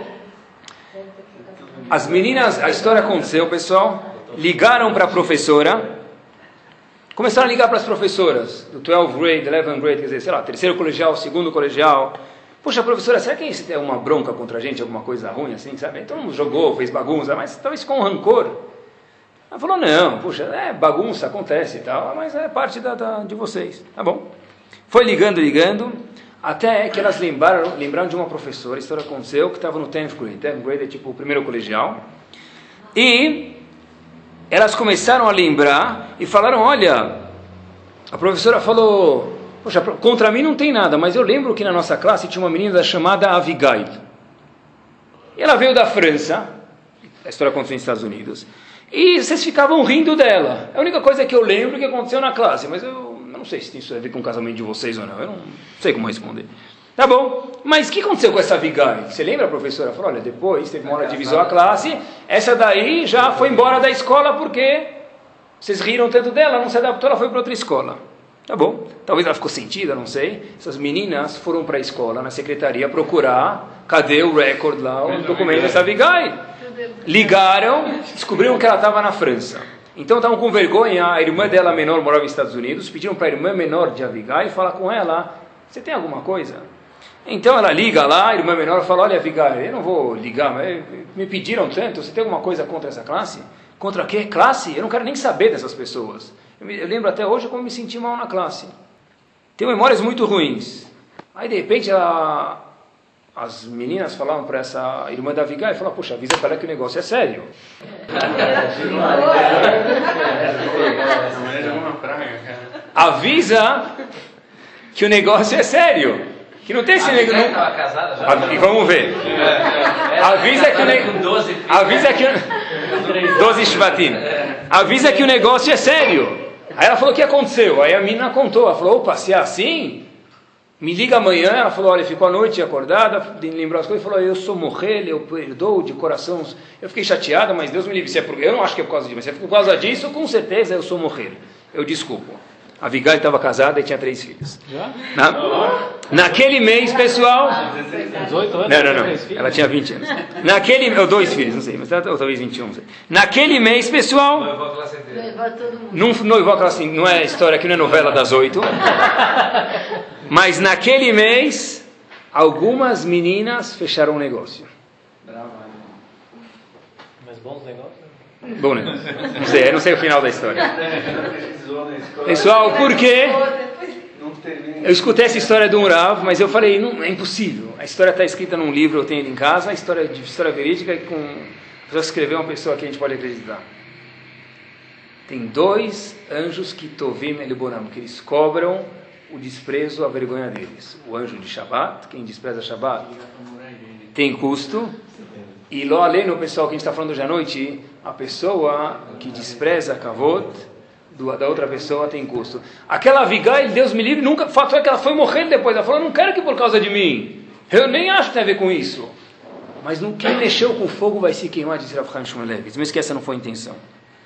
As meninas, a história aconteceu, pessoal, ligaram para a professora, começaram a ligar para as professoras, do 12 grade, 11 grade, quer dizer, sei lá, terceiro colegial, segundo colegial. Puxa, professora, será que isso tem uma bronca contra a gente, alguma coisa ruim assim, sabe? Então não jogou, fez bagunça, mas talvez com rancor. Ela falou, não, puxa, bagunça, acontece e tal, mas é parte de vocês, tá bom? Foi ligando, até que elas lembraram de uma professora, a história aconteceu, que estava no 10th grade. 10th grade é tipo o primeiro colegial. E elas começaram a lembrar e falaram, olha, a professora falou, poxa, contra mim não tem nada, mas eu lembro que na nossa classe tinha uma menina chamada Abigail. E ela veio da França, a história aconteceu nos Estados Unidos, e vocês ficavam rindo dela. É a única coisa que eu lembro que aconteceu na classe, mas eu não sei se tem isso a ver com o casamento de vocês ou não, eu não sei como responder. Tá bom, mas o que aconteceu com essa Abigail? Você lembra, a professora? Falou, olha, depois teve uma hora de divisão a classe, essa daí já foi embora da escola porque vocês riram tanto dela, não se adaptou, ela foi para outra escola. Tá bom, talvez ela ficou sentida, não sei. Essas meninas foram para a escola, na secretaria, procurar, cadê o recorde lá, o documento dessa Abigail? Ligaram, descobriram que ela estava na França. Então estavam com vergonha, a irmã dela menor morava nos Estados Unidos, pediram para a irmã menor de Abigail falar com ela, você tem alguma coisa? Então ela liga lá, a irmã menor fala, olha Abigail, eu não vou ligar, mas me pediram tanto, você tem alguma coisa contra essa classe? Contra que classe? Eu não quero nem saber dessas pessoas. Eu lembro até hoje como me senti mal na classe. Tenho memórias muito ruins. Aí de repente as meninas falavam para essa irmã da Abigail e falavam, poxa, avisa para ela que o negócio é sério. Avisa que o negócio é sério. Que não tem esse negócio. Vamos ver. Avisa que o negócio. Avisa que 12 Shvatim. Avisa que o negócio é sério. Aí ela falou o que aconteceu. Aí a menina contou. Ela falou, opa, se é assim, me liga amanhã. Ela falou, olha, ficou a noite acordada, lembrou as coisas, falou, eu sou morrer, eu perdoo de coração. Eu fiquei chateada, mas Deus me livre. Se é por... Eu não acho que é por causa disso, mas se é por causa disso, com certeza eu sou morrer. Eu desculpo. A Abigail estava casada e tinha 3 filhos. Já? Naquele mês, pessoal... 18 anos? Não. Ela tinha 20 anos. Ou 2 filhos, não sei, mas talvez 21. Não sei. Naquele mês, pessoal... Noivou a classe inteira. Não é história aqui, não é novela das 8. Mas naquele mês, algumas meninas fecharam um negócio. Mas bons negócios? Bom negócio. Não sei o final da história. Pessoal, por quê? Eu escutei essa história de um Rav, mas eu falei, não, é impossível. A história está escrita num livro, eu tenho ele em casa, a história verídica, com a pessoa que escreveu, uma pessoa que a gente pode acreditar. Tem 2 anjos que tovim elibonam, que eles cobram o desprezo, a vergonha deles. O anjo de Shabbat, quem despreza Shabbat, tem custo. E lo além no pessoal que a gente está falando hoje à noite, a pessoa que despreza Kavod da outra pessoa tem custo. Aquela Abigail, Deus me livre, nunca, o fato é que ela foi morrer depois. Ela falou, não quero que por causa de mim. Eu nem acho que tem a ver com isso. Mas quem mexeu com fogo vai se queimar, disse Rav Chaim Shmulevitz. Mesmo que essa não foi a intenção.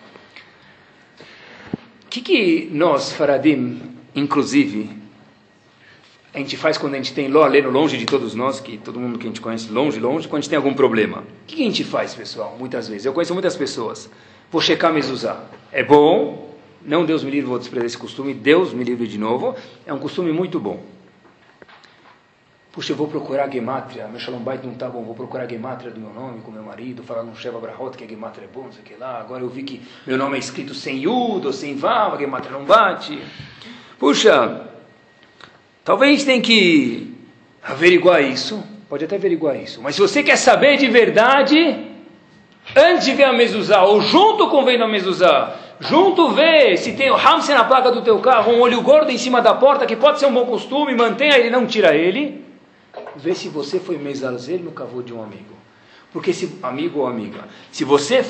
O que nós, Faradim, inclusive, a gente faz quando a gente tem lo aleno longe de todos nós, que todo mundo que a gente conhece longe, quando a gente tem algum problema? O que a gente faz, pessoal? Muitas vezes. Eu conheço muitas pessoas. Vou checar mezuzá. É bom. Não, Deus me livre, vou desprezar esse costume. Deus me livre de novo. É um costume muito bom. Puxa, eu vou procurar Gemátria. Meu Shalom Bait não está bom. Vou procurar Gemátria do meu nome com meu marido. Falar no Sheva Brahot que a Gemátria é bom, não sei o que lá. Agora eu vi que meu nome é escrito sem Yud ou sem Vav. A Gemátria não bate. Puxa, talvez a gente tenha que averiguar isso. Pode até averiguar isso. Mas se você quer saber de verdade, antes de ver a mezuzá, ou junto com vendo a mezuzá, junto vê se tem o hamster na placa do teu carro, um olho gordo em cima da porta, que pode ser um bom costume, mantenha ele, não tira ele. vê se você foi mezalzel no kavod de um amigo. Porque se amigo ou amiga, se você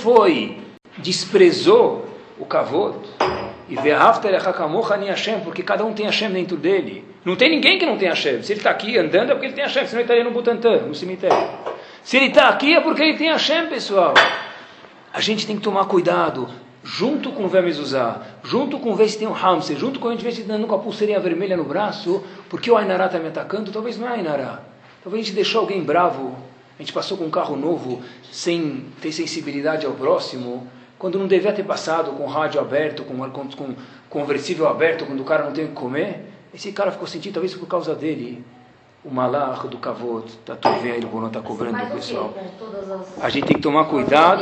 desprezou o kavod, e ve'ahavta lecha kamocha ani Hashem, porque cada um tem Hashem dentro dele. Não tem ninguém que não tem Hashem. Se ele está aqui andando é porque ele tem Hashem, senão ele estaria no Butantã, no cemitério. Se ele está aqui é porque ele tem Hashem, pessoal. A gente tem que tomar cuidado, junto com o Vemizuzá, junto com ver se tem um hamster, junto com a gente ver se está andando com a pulseirinha vermelha no braço, porque o Ainará está me atacando, talvez não é Ainará. Talvez a gente deixou alguém bravo, a gente passou com um carro novo, sem ter sensibilidade ao próximo, quando não devia ter passado com o rádio aberto, com conversível aberto, quando o cara não tem o que comer. Esse cara ficou sentindo, talvez por causa dele, o malach do kavod, tá tudo velho, não está cobrando o pessoal. A gente tem que tomar cuidado.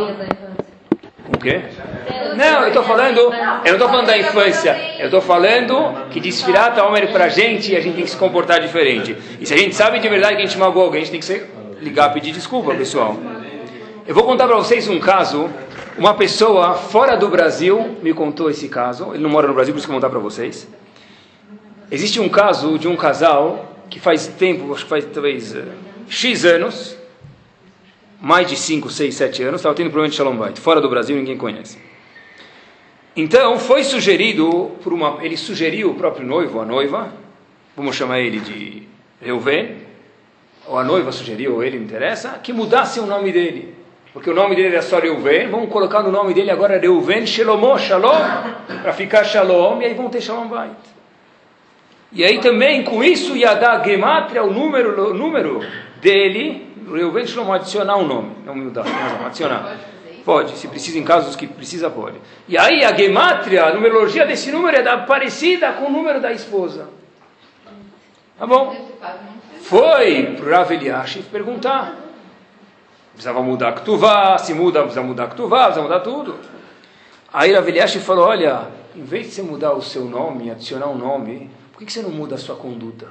O quê? Não, eu não estou falando da infância. Eu estou falando que desfilar tá Omer pra gente e a gente tem que se comportar diferente. E se a gente sabe de verdade que a gente magoou alguém, a gente tem que ligar e pedir desculpa, pessoal. Eu vou contar para vocês um caso. Uma pessoa fora do Brasil me contou esse caso. Ele não mora no Brasil, por isso que eu vou contar para vocês. Existe um caso de um casal que faz tempo, acho que faz talvez X anos, mais de 5, 6, 7 anos, estava tendo problema de Shalom Bait. Fora do Brasil, ninguém conhece. Então, foi sugerido, ele sugeriu o próprio noivo, a noiva, vamos chamar ele de Reuven, ou a noiva sugeriu, ou ele, não interessa, que mudasse o nome dele. Porque o nome dele era só Reuven, vamos colocar no nome dele agora Reuven Shalom, para ficar Shalom, e aí vão ter Shalom Bait. E aí também, com isso, ia dar Gematria, o número dele, Reuven Shalom, adicionar um nome. Não mudar, tem razão, adicionar. Pode, se precisa, em casos que precisa, pode. E aí a Gematria, a numerologia desse número é parecida com o número da esposa. Tá bom? Foi para o Rav Eliashiv perguntar. Precisava mudar Ktuvá, se muda, precisa mudar Ktuvá, precisa mudar tudo. Aí Rav Eliashiv falou, olha, em vez de você mudar o seu nome, adicionar um nome, por que você não muda a sua conduta?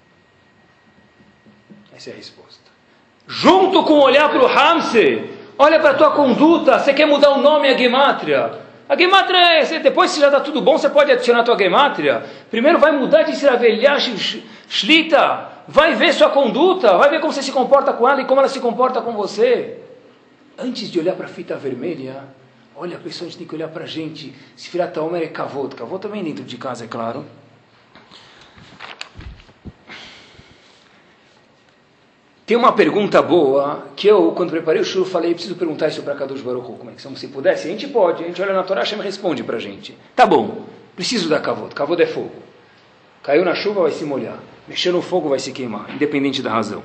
Essa é a resposta. Junto com olhar para o Hamse, olha para a tua conduta, você quer mudar o nome e a Gematria. A Gematria, depois se já está tudo bom, você pode adicionar a tua Gematria. Primeiro vai mudar de Rav Eliashiv Shlita, vai ver sua conduta, vai ver como você se comporta com ela e como ela se comporta com você. Antes de olhar para a fita vermelha, olha, a pessoa, a gente tem que olhar para a gente. Se Sfirat HaOmer é kavod, kavod também dentro de casa, é claro. Tem uma pergunta boa, que eu, quando preparei o shur, falei, preciso perguntar isso para Kadosh Baruch Hu, como é que se pudesse, a gente pode, a gente olha na Torá, Hashem responde para a gente. Tá bom, preciso da kavod, kavod é fogo. Caiu na chuva, vai se molhar. Mexer no fogo, vai se queimar, independente da razão.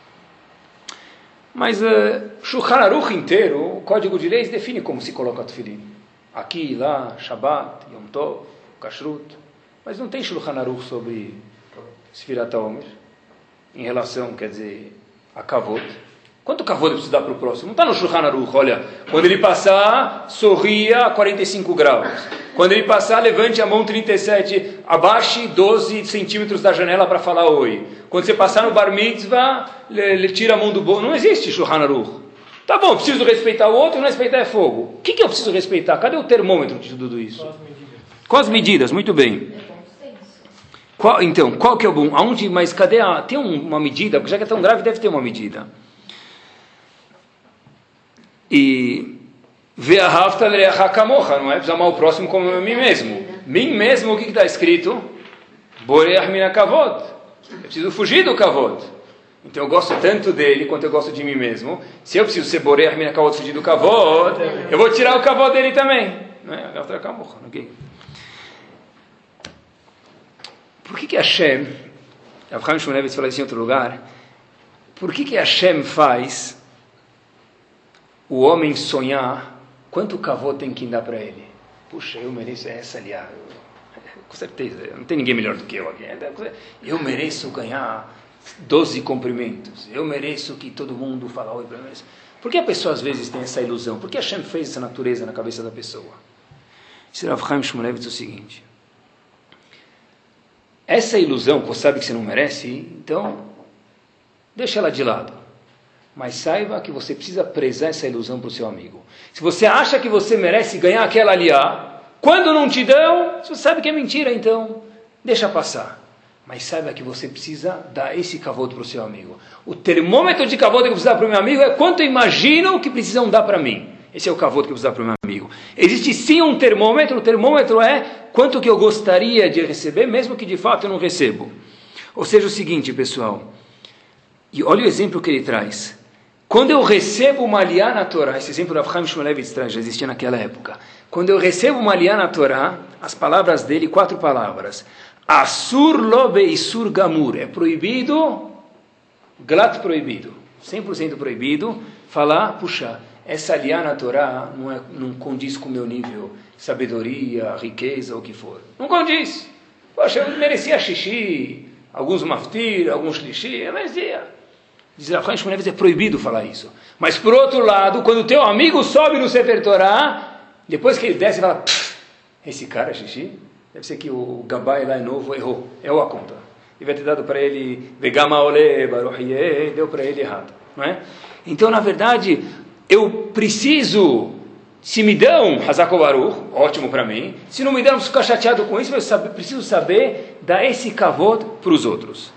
Mas Shulchan Aruch inteiro, o Código de Leis, define como se coloca o tefilim. Aqui, lá, Shabbat, Yom Tov, Kashrut. Mas não tem Shulchan Aruch sobre Sfirat HaOmer, em relação, quer dizer, a kavod. Quanto kavod precisa dar para o próximo? Não está no Shulchan Aruch, olha, quando ele passar, sorria a 45 graus. Quando ele passar, levante a mão 37, abaixe 12 centímetros da janela para falar oi. Quando você passar no bar mitzvah, ele tira a mão do bolso. Não existe Shulchan Aruch. Tá bom, preciso respeitar o outro, não respeitar é fogo. O que eu preciso respeitar? Cadê o termômetro de tudo isso? Quais medidas? Muito bem. Qual que é o bom? Mas cadê tem uma medida? Porque já que é tão grave, deve ter uma medida. E ve'ahavta le'acha kamocha, não é? Precisa amar o próximo como a mim mesmo. Mim mesmo, o que está escrito? Boreach min hakavod. Eu preciso fugir do kavod. Então eu gosto tanto dele quanto eu gosto de mim mesmo. Se eu preciso ser boreach min hakavod, fugir do kavod, eu vou tirar o kavod dele também. Não é? Por que Hashem, Avraham Shmulevitz falou isso em outro lugar, por que Hashem faz o homem sonhar quanto kavod tem que dar para ele? Puxa, eu mereço essa aliás. Com certeza, não tem ninguém melhor do que eu aqui. Eu mereço ganhar 12 cumprimentos. Eu mereço que todo mundo fale oi para mim. Por que a pessoa às vezes tem essa ilusão? Por que Hashem fez essa natureza na cabeça da pessoa? Isso era Avraham Shmulevitz o seguinte. Essa ilusão, que você sabe que você não merece, então, deixa ela de lado. Mas saiba que você precisa prezar essa ilusão para o seu amigo. Se você acha que você merece ganhar aquela aliá, quando não te dão, você sabe que é mentira, então, deixa passar. Mas saiba que você precisa dar esse kavod para o seu amigo. O termômetro de kavod que eu preciso dar para o meu amigo é quanto eu imagino que precisam dar para mim. Esse é o kavod que eu preciso dar para o meu amigo. Existe sim um termômetro. O termômetro é quanto que eu gostaria de receber, mesmo que de fato eu não recebo. Ou seja, o seguinte, pessoal. E olha o exemplo que ele traz. Quando eu recebo uma aliyá na Torá, esse exemplo do Avraham Shmulevitz traz, já existia naquela época. Quando eu recebo uma aliyá na Torá, as palavras dele, 4 palavras. Asur lo beisur gamur. É proibido, glat proibido. 100% proibido, falar, puxa, essa aliyá na Torá não condiz com o meu nível, sabedoria, riqueza, o que for. Não condiz. Poxa, eu merecia xixi, alguns maftir, alguns xixi, eu merecia. Diz Rav Shmulevitz, é proibido falar isso. Mas por outro lado, quando o teu amigo sobe no Sefer Torá, depois que ele desce e fala, esse cara é xixi? Deve ser que o Gabai lá é novo, errou a conta. Devia ter dado para ele, Vegama ole, Baruchie, deu para ele errado. Não é? Então, na verdade, eu preciso, se me dão Hazako Baruch, ótimo para mim. Se não me dão, eu ficar chateado com isso, mas eu preciso saber dar esse kavod para os outros.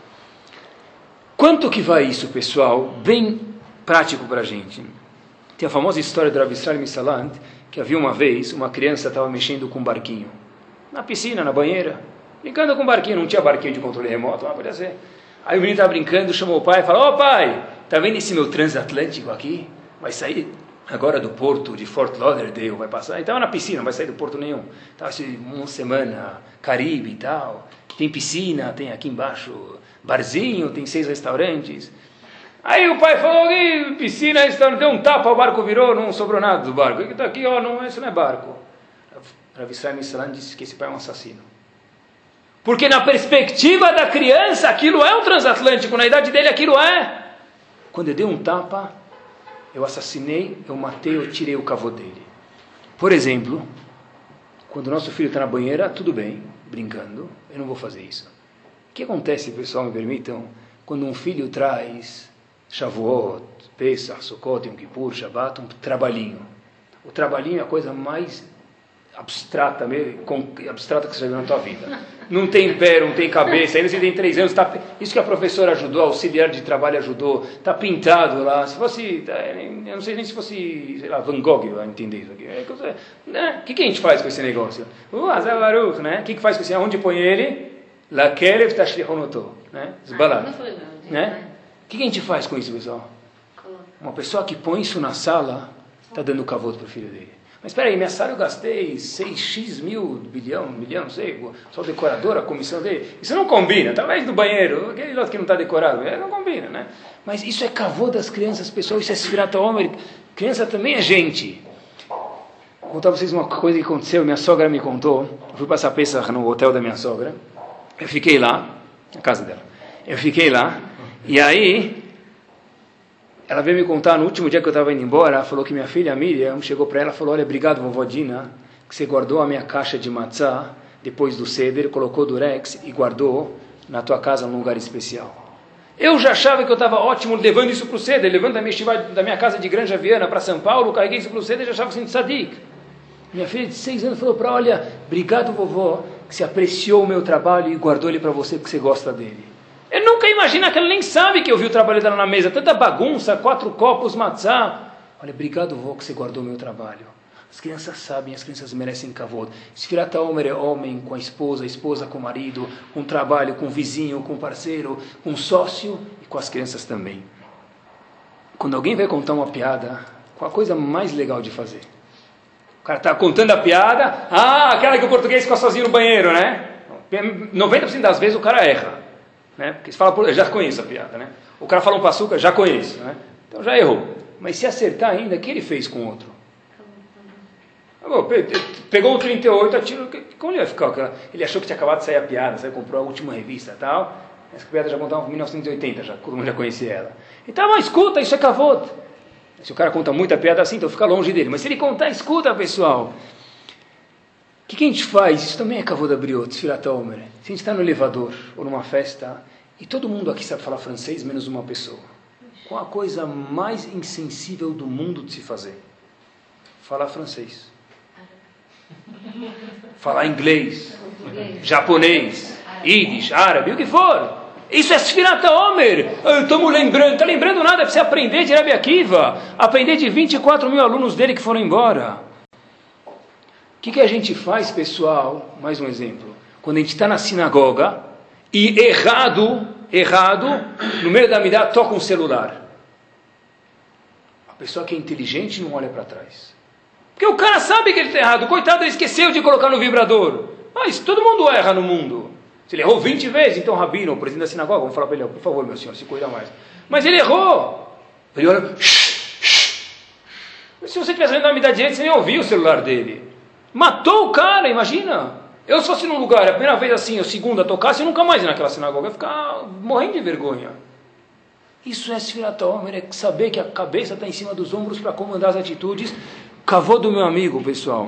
Quanto que vai isso, pessoal? Bem prático para a gente. Tem a famosa história do Rav Israel Misalant, que havia uma vez, uma criança estava mexendo com um barquinho. Na piscina, na banheira, brincando com um barquinho. Não tinha barquinho de controle remoto, mas podia ser. Aí o menino estava brincando, chamou o pai e falou, pai, tá vendo esse meu transatlântico aqui? Vai sair agora do porto de Fort Lauderdale, vai passar. Ele estava na piscina, não vai sair do porto nenhum. Estava uma semana, Caribe e tal. Tem piscina, tem aqui embaixo barzinho, tem 6 restaurantes. Aí o pai falou, piscina, restaurante, deu um tapa, o barco virou, não sobrou nada do barco. Está aqui, isso não é barco. Rav Israel Misalant disse que esse pai é um assassino. Porque na perspectiva da criança, aquilo é um transatlântico, na idade dele aquilo é. Quando eu dei um tapa, eu assassinei, eu matei, eu tirei o kavod dele. Por exemplo, quando o nosso filho está na banheira, tudo bem, brincando, eu não vou fazer isso. O que acontece, pessoal, me permitam, quando um filho traz Shavuot, Pesach, Sukkot, Yom Kippur, Shabbat, um trabalhinho. O trabalhinho é a coisa mais abstrata que você já viu na tua vida. Não tem pé, não tem cabeça, ainda você tem 3 anos, isso que a professora ajudou, a auxiliar de trabalho ajudou, está pintado lá, se fosse, eu não sei nem se fosse, sei lá, Van Gogh vai entender isso aqui. O que a gente faz com esse negócio? Hazar Baruch, né? O que faz com esse, onde põe ele? Lakelev tashlichonoto, né? Zbalad, né? O que a gente faz com isso, pessoal? Uma pessoa que põe isso na sala, está dando kavod para o filho dele. Mas espera aí, minha sala eu gastei 6x mil, milhão, não sei, só o decorador, a comissão dele. Isso não combina, talvez do banheiro, aquele outro que não está decorado, não combina, né? Mas isso é kavod das crianças, pessoal, isso é Sfirat HaOmer. Criança também é gente. Vou contar para vocês uma coisa que aconteceu, minha sogra me contou, eu fui passar Pesach no hotel da minha sogra, eu fiquei lá, na casa dela, eu fiquei lá, e aí ela veio me contar, no último dia que eu estava indo embora, ela falou que minha filha Miriam chegou para ela e falou, olha, obrigado, vovó Dina, que você guardou a minha caixa de matzá, depois do Seder, colocou durex e guardou na tua casa num lugar especial. Eu já achava que eu estava ótimo levando isso para o Seder, levando da minha casa de Granja Viana para São Paulo, carreguei isso para o Seder e já achava assim, tzadik. Minha filha de 6 anos falou para ela, olha, obrigado, vovó, que você apreciou o meu trabalho e guardou ele para você porque você gosta dele. Eu nunca imagino que ela nem sabe que eu vi o trabalho dela na mesa. Tanta bagunça, 4 copos, matzá. Olha, obrigado, vó, que você guardou o meu trabalho. As crianças sabem, as crianças merecem kavod. Sfirat HaOmer é homem com a esposa com o marido, com o trabalho, com o vizinho, com o parceiro, com o sócio e com as crianças também. Quando alguém vai contar uma piada, qual a coisa mais legal de fazer? O cara está contando a piada, aquela que o português fica sozinho no banheiro, né? 90% das vezes o cara erra. Né? Porque você fala, eu já conheço a piada, né? O cara fala um paçuca, já conheço, né? Então já errou. Mas se acertar ainda, o que ele fez com o outro? Pegou um 38, atirou, como ele vai ficar? Ele achou que tinha acabado de sair a piada, comprou a última revista e tal. Essa piada já contava em 1980, todo mundo já conhecia ela. Então, mas escuta, isso é kavod. Se o cara conta muita piada assim, então fica longe dele. Mas se ele contar, escuta, pessoal. O que a gente faz? Isso também é kavod abriot, Sfirat HaOmer. Se a gente está no elevador ou numa festa e todo mundo aqui sabe falar francês, menos uma pessoa. Qual a coisa mais insensível do mundo de se fazer? Falar francês. Falar inglês. Japonês. Yiddish, árabe, o que for. Isso é Sfirat HaOmer. Estamos lembrando, está lembrando nada, é para você aprender de Rabbi Akiva, aprender de 24 mil alunos dele que foram embora. O que a gente faz, pessoal? Mais um exemplo. Quando a gente está na sinagoga e errado, no meio da Amidah toca um celular. A pessoa que é inteligente não olha para trás. Porque o cara sabe que ele está errado. Coitado, ele esqueceu de colocar no vibrador. Mas todo mundo erra no mundo. Se ele errou 20 vezes, então Rabino, o presidente da sinagoga, vamos falar para ele, por favor, meu senhor, se cuida mais. Mas ele errou. Ele olha, se você tivesse vendo a Amidah direito, você nem ouvia o celular dele. Matou o cara, imagina. Eu se fosse num lugar, a primeira vez assim, a segunda tocasse, eu nunca mais ia naquela sinagoga, eu ia ficar morrendo de vergonha. Isso é Sfirat HaOmer, é saber que a cabeça está em cima dos ombros para comandar as atitudes. Cavô do meu amigo, pessoal.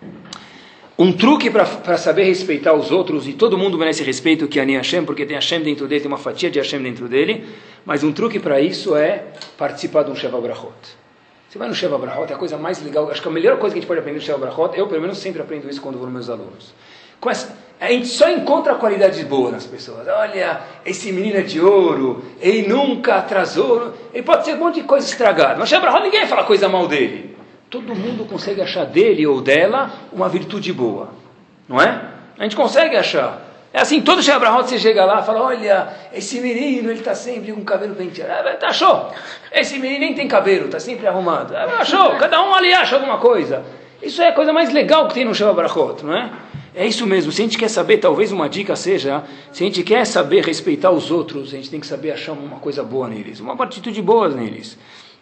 Um truque para saber respeitar os outros, e todo mundo merece respeito, que é Ani Hashem, porque tem Hashem dentro dele, tem uma fatia de Hashem dentro dele, mas um truque para isso é participar de um Sheva Brachot. Você vai no Sheva Brachot, é a coisa mais legal, acho que a melhor coisa que a gente pode aprender no Sheva Brachot, eu pelo menos sempre aprendo isso quando vou nos meus alunos. A gente só encontra qualidades boas nas pessoas. Olha, esse menino é de ouro, ele nunca atrasou, ele pode ser um monte de coisa estragada, mas no Sheva Brachot ninguém fala coisa mal dele. Todo mundo consegue achar dele ou dela uma virtude boa, não é? A gente consegue achar. É assim, todo Sheva Brachot você chega lá e fala, olha, esse menino, ele está sempre com o cabelo penteado. Achou? Esse menino nem tem cabelo, está sempre arrumado. Achou? Cada um ali acha alguma coisa. Isso é a coisa mais legal que tem no Sheva Brachot, não é? É isso mesmo. Se a gente quer saber, talvez uma dica seja, se a gente quer saber respeitar os outros, a gente tem que saber achar uma coisa boa neles, uma atitude boa neles.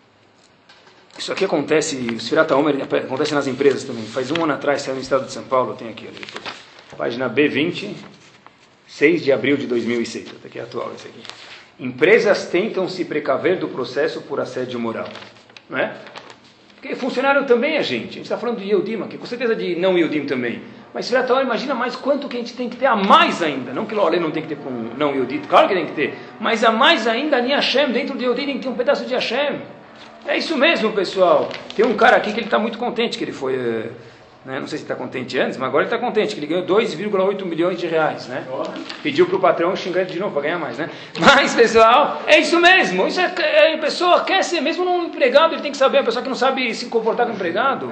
Isso aqui acontece, o Sfirat HaOmer acontece nas empresas também. Faz um ano atrás, saiu no estado de São Paulo, tem aqui, página B20, 6 de abril de 2006, até aqui é atual esse aqui. Empresas tentam se precaver do processo por assédio moral. Não é? Porque funcionário também é gente. A gente está falando de Yehudim aqui, com certeza de não Yehudim também. Mas Sfirat HaOmer, imagina mais quanto que a gente tem que ter a mais ainda. Não que o Olê não tem que ter com não Yehudim, claro que tem que ter. Mas a mais ainda, Ani Hashem, dentro de Yehudim tem que ter um pedaço de Hashem. É isso mesmo, pessoal. Tem um cara aqui que ele está muito contente, que ele foi, né, não sei se está contente antes, mas agora ele está contente, que ele ganhou 2,8 milhões de reais, né? Pediu para o patrão xingar ele de novo para ganhar mais, né? Mas, pessoal, é isso mesmo. Isso a pessoa quer ser, mesmo num empregado, ele tem que saber, a pessoa que não sabe se comportar com o empregado.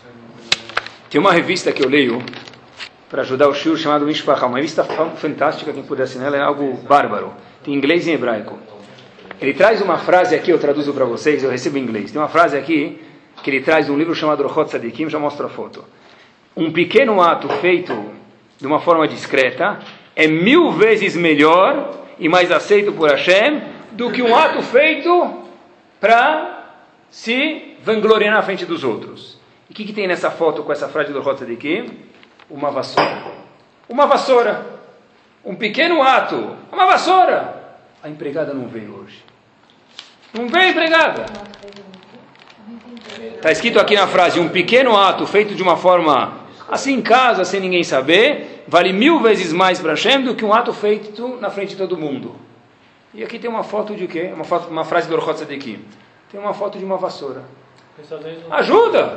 Tem uma revista que eu leio para ajudar o shiur chamado Mishpacha, uma revista fantástica, quem puder assinar, ela é algo bárbaro. Tem inglês e hebraico. Ele traz uma frase aqui, eu traduzo para vocês, eu recebo em inglês. Tem uma frase aqui, que ele traz de um livro chamado Orchot Tzadikim, já mostro a foto. Um pequeno ato feito de uma forma discreta é 1000 vezes melhor e mais aceito por Hashem do que um ato feito para se vangloriar na frente dos outros. E o que tem nessa foto com essa frase do Orchot Tzadikim? Uma vassoura. Uma vassoura. Um pequeno ato. Uma vassoura. A empregada não veio hoje. Não veio, empregada. Está escrito aqui na frase, um pequeno ato feito de uma forma assim em casa, sem ninguém saber, vale 1000 vezes mais para Hashem do que um ato feito na frente de todo mundo. E aqui tem uma foto de quê? Uma frase do Orchot Tzadikim. Tem uma foto de uma vassoura. Ajuda!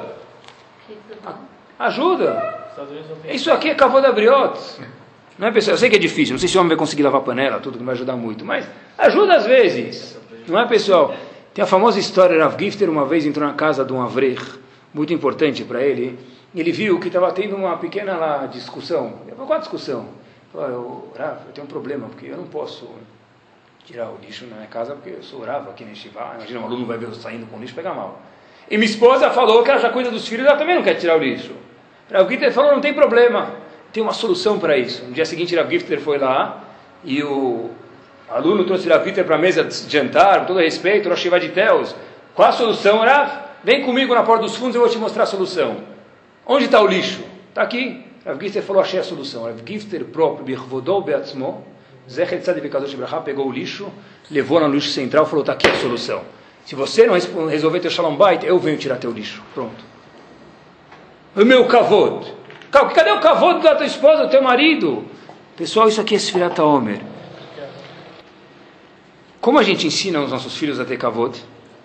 Ajuda! Isso aqui é Kavod Abriot. Não é, pessoal? Eu sei que é difícil, não sei se o homem vai conseguir lavar panela, tudo que vai ajudar muito, mas ajuda às vezes. Não é, pessoal? Tem a famosa história, Rav Gifter uma vez entrou na casa de um avrech, muito importante para ele, e ele viu que estava tendo uma pequena discussão. Qual a discussão? Ele falou, Rav, eu tenho um problema, porque eu não posso tirar o lixo na minha casa, porque eu sou Rav aqui neste bar. Imagina, um aluno vai ver eu saindo com o lixo, pega mal. E minha esposa falou que ela já cuida dos filhos, ela também não quer tirar o lixo. Rav Gifter falou, não tem problema, tem uma solução para isso. No dia seguinte, Rav Gifter foi lá, e o aluno trouxe Rav Gifter para a mesa de jantar, com todo respeito, Rosh Yeshiva de Teus. Qual a solução, Rav? Vem comigo na porta dos fundos, eu vou te mostrar a solução. Onde está o lixo? Está aqui. Rav Gifter falou, achei a solução. Rav Gifter próprio, Birvodol Beatzmo, Zecher Tzadik Bekadosh Bracha, pegou o lixo, levou no lixo central e falou, está aqui a solução. Se você não resolver teu Shalom Bait, eu venho tirar teu lixo. Pronto. O meu kavod. Cadê o kavod da tua esposa, do teu marido? Pessoal, isso aqui é Sfirat HaOmer. Como a gente ensina os nossos filhos a ter kavod?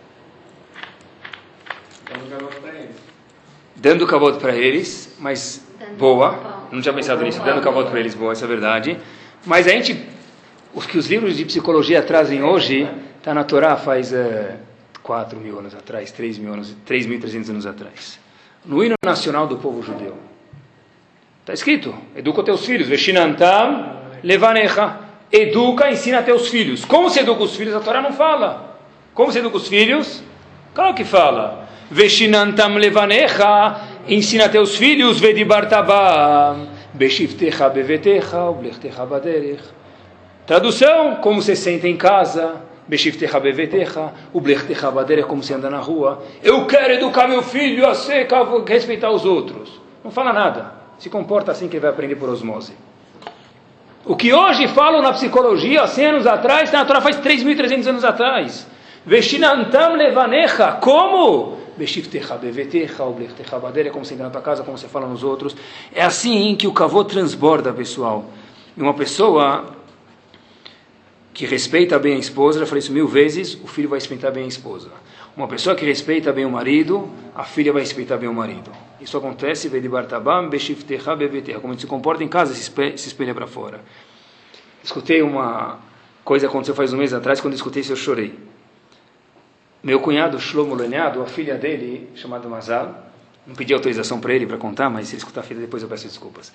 Dando kavod para eles, mas boa. Não tinha pensado nisso. Dando kavod para eles, boa, isso é verdade. Mas os livros de psicologia trazem hoje, está na Torá faz 4.000 anos atrás, 3.300 anos atrás. No hino nacional do povo judeu. Está escrito, educa teus filhos, veshinantam levanecha. Educa, ensina teus filhos. Como se educa os filhos? A Torá não fala. Como se educa os filhos? Claro que fala. Veshinantam levanecha, ensina teus filhos, vedibartabam, beshivtecha bevetecha, ublechtecha baderech. Tradução, como você senta em casa, beshivtecha bevetecha, ublechtecha baderech, como você anda na rua. Eu quero educar meu filho a ser, respeitar os outros. Não fala nada. Se comporta assim que ele vai aprender por osmose. O que hoje falam na psicologia, 100 anos atrás, na Torá faz 3.300 anos atrás. Veshinantam levanecha. Como? Beshivtecha bevetecha, ublechtecha baderech, como você anda na tua casa, como você fala nos outros. É assim que o kavod transborda, pessoal. E uma pessoa que respeita bem a esposa, já falei isso 1000 vezes, o filho vai respeitar bem a esposa. Uma pessoa que respeita bem o marido, a filha vai respeitar bem o marido. Isso acontece, vedibartabam, beshivtecha bevetecha. Como a gente se comporta em casa, se espelha para fora. Escutei uma coisa que aconteceu faz um mês atrás, quando eu escutei isso eu chorei. Meu cunhado, Shlomo Lenhado, a filha dele, chamada Mazal, não pedi autorização para ele para contar, mas se ele escutar a filha depois eu peço desculpas.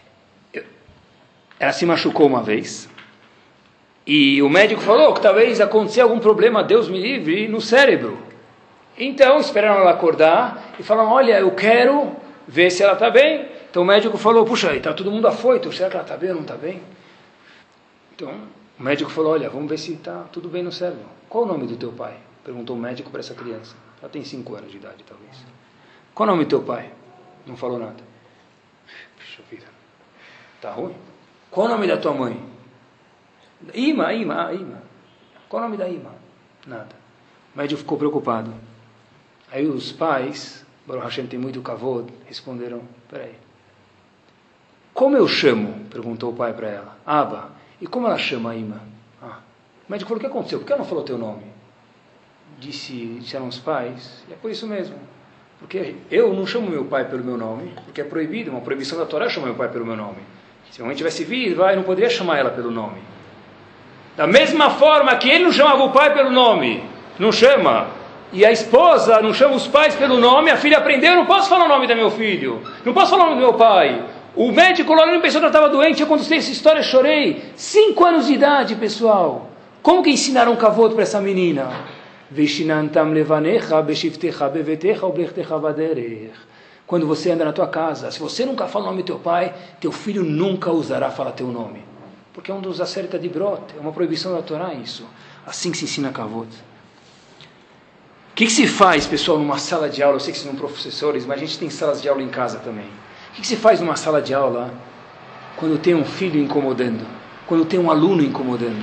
Ela se machucou uma vez, e o médico falou que talvez aconteça algum problema, Deus me livre, no cérebro. Então, esperaram ela acordar e falaram, olha, eu quero ver se ela está bem. Então o médico falou, puxa, está todo mundo afoito, será que ela está bem ou não está bem? Então, o médico falou, olha, vamos ver se está tudo bem no cérebro. Qual o nome do teu pai? Perguntou o médico para essa criança. Ela tem 5 anos de idade, talvez. Qual o nome do teu pai? Não falou nada. Puxa vida, está ruim. Qual o nome da tua mãe? Ima. Qual o nome da Ima? Nada. O médico ficou preocupado. Aí os pais, Baruch Hashem tem muito kavod, responderam, peraí. Como eu chamo? Perguntou o pai para ela. Abba. E como ela chama a Ima? O médico falou, o que aconteceu? Por que ela não falou teu nome? Disseram os pais, e é por isso mesmo. Porque eu não chamo meu pai pelo meu nome, porque é proibido, uma proibição da Torá chamar meu pai pelo meu nome. Se a mãe tivesse vivo, eu não poderia chamar ela pelo nome. Da mesma forma que ele não chamava o pai pelo nome, não chama, e a esposa não chama os pais pelo nome, a filha aprendeu, eu não posso falar o nome do meu filho, não posso falar o nome do meu pai. O médico lá não pensou que ela estava doente, eu contei essa história, chorei. 5 anos de idade, pessoal. Como que ensinaram kavod para essa menina? Veshinantam levanecha, beshivtecha bevetecha, ublechtecha baderech. Quando você anda na tua casa, se você nunca fala o nome do teu pai, teu filho nunca usará falar teu nome. Porque é um dos acerta de brot, é uma proibição da Torá isso. Assim que se ensina kavod. O que se faz, pessoal, numa sala de aula? Eu sei que vocês são professores, mas a gente tem salas de aula em casa também. O que se faz numa sala de aula quando tem um filho incomodando? Quando tem um aluno incomodando?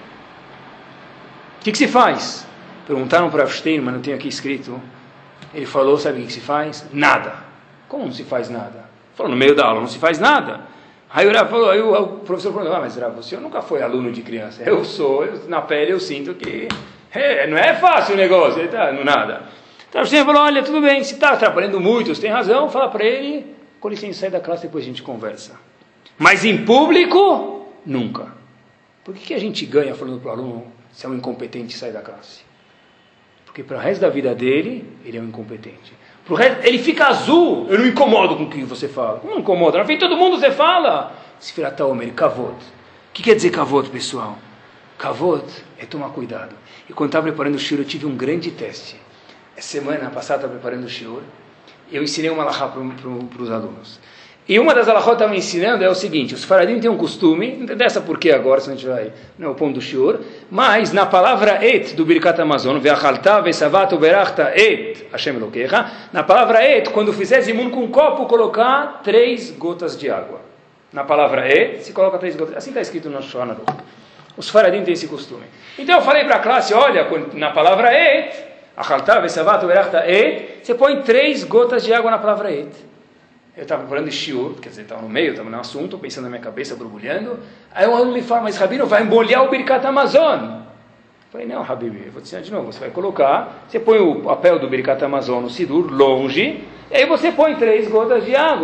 O que se faz? Perguntaram para Stein, mas não tem aqui escrito. Ele falou, sabe o que se faz? Nada. Como não se faz nada? Falou, no meio da aula não se faz nada. Aí o professor falou, mas você nunca foi aluno de criança. Eu sou, na pele eu sinto que não é fácil o negócio. Ele tá, não nada. Então Stein falou, olha, tudo bem, se está atrapalhando muito, você tem razão, fala para ele, com licença, sai da classe, depois a gente conversa. Mas em público, nunca. Por que a gente ganha falando para o aluno se é um incompetente e sai da classe? Porque para o resto da vida dele, ele é um incompetente. Pro resto, ele fica azul. Eu não me incomodo com o que você fala. Como não incomoda? Na frente de todo mundo você fala. Se firata omer, kavod. O que quer dizer kavod, pessoal? Kavod é tomar cuidado. E quando estava preparando o shiur, eu tive um grande teste. Essa semana passada, estava preparando o shiur. Eu ensinei uma alahá para os alunos. E uma das alahot que eu estava ensinando é o seguinte, os faradim têm um costume, não interessa por que agora, se a gente vai, não é o ponto do shiur, mas na palavra et do Birkat Hamazon, ve'achalta, ve'savat, uberachta, et, Hashem Elokecha, na palavra et, quando fizer zimun com um copo, colocar 3 gotas de água. Na palavra et, se coloca 3 gotas, assim está escrito no Shulchan Aruch. Os faradim têm esse costume. Então eu falei para a classe, olha, na palavra et, achalta, ve'savat, uberachta, et, você põe 3 gotas de água na palavra et. Eu estava preparando o shiur, quer dizer, estava no meio, estava no assunto, pensando na minha cabeça, borbulhando. Aí um aluno me fala, mas Rabino, vai embolhar o Birkat Hamazon. Eu falei, não, Habibi, eu vou te ensinar de novo. Você vai colocar, você põe o papel do Birkat Hamazon no sidur, longe, e aí você põe 3 gotas de água.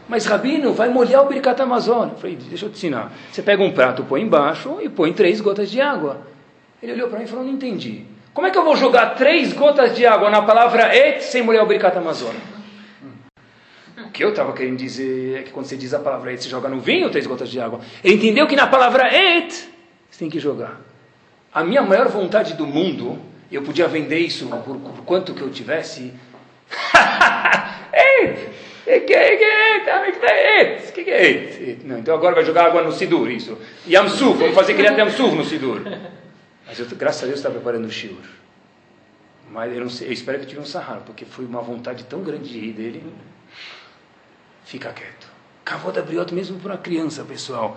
Mas, Rabino, vai molhar o Birkat Hamazon. Eu falei, deixa eu te ensinar. Você pega um prato, põe embaixo e põe 3 gotas de água. Ele olhou para mim e falou, não entendi. Como é que eu vou jogar 3 gotas de água na palavra et sem molhar o Birkat Hamazon? O que eu estava querendo dizer é que quando você diz a palavra et, você joga no vinho 3 gotas de água. Ele entendeu que na palavra et, você tem que jogar. A minha maior vontade do mundo, eu podia vender isso por quanto que eu tivesse. O que é et? Não, então agora vai jogar água no Sidur, isso. Yamsuf, vamos fazer criar Yamsuf no Sidur. Mas eu, graças a Deus, estava preparando o shiur. Mas eu não sei, eu espero que tive um Sahara, porque foi uma vontade tão grande de rir dele. Fica quieto. Kavod Abriot mesmo para uma criança, pessoal.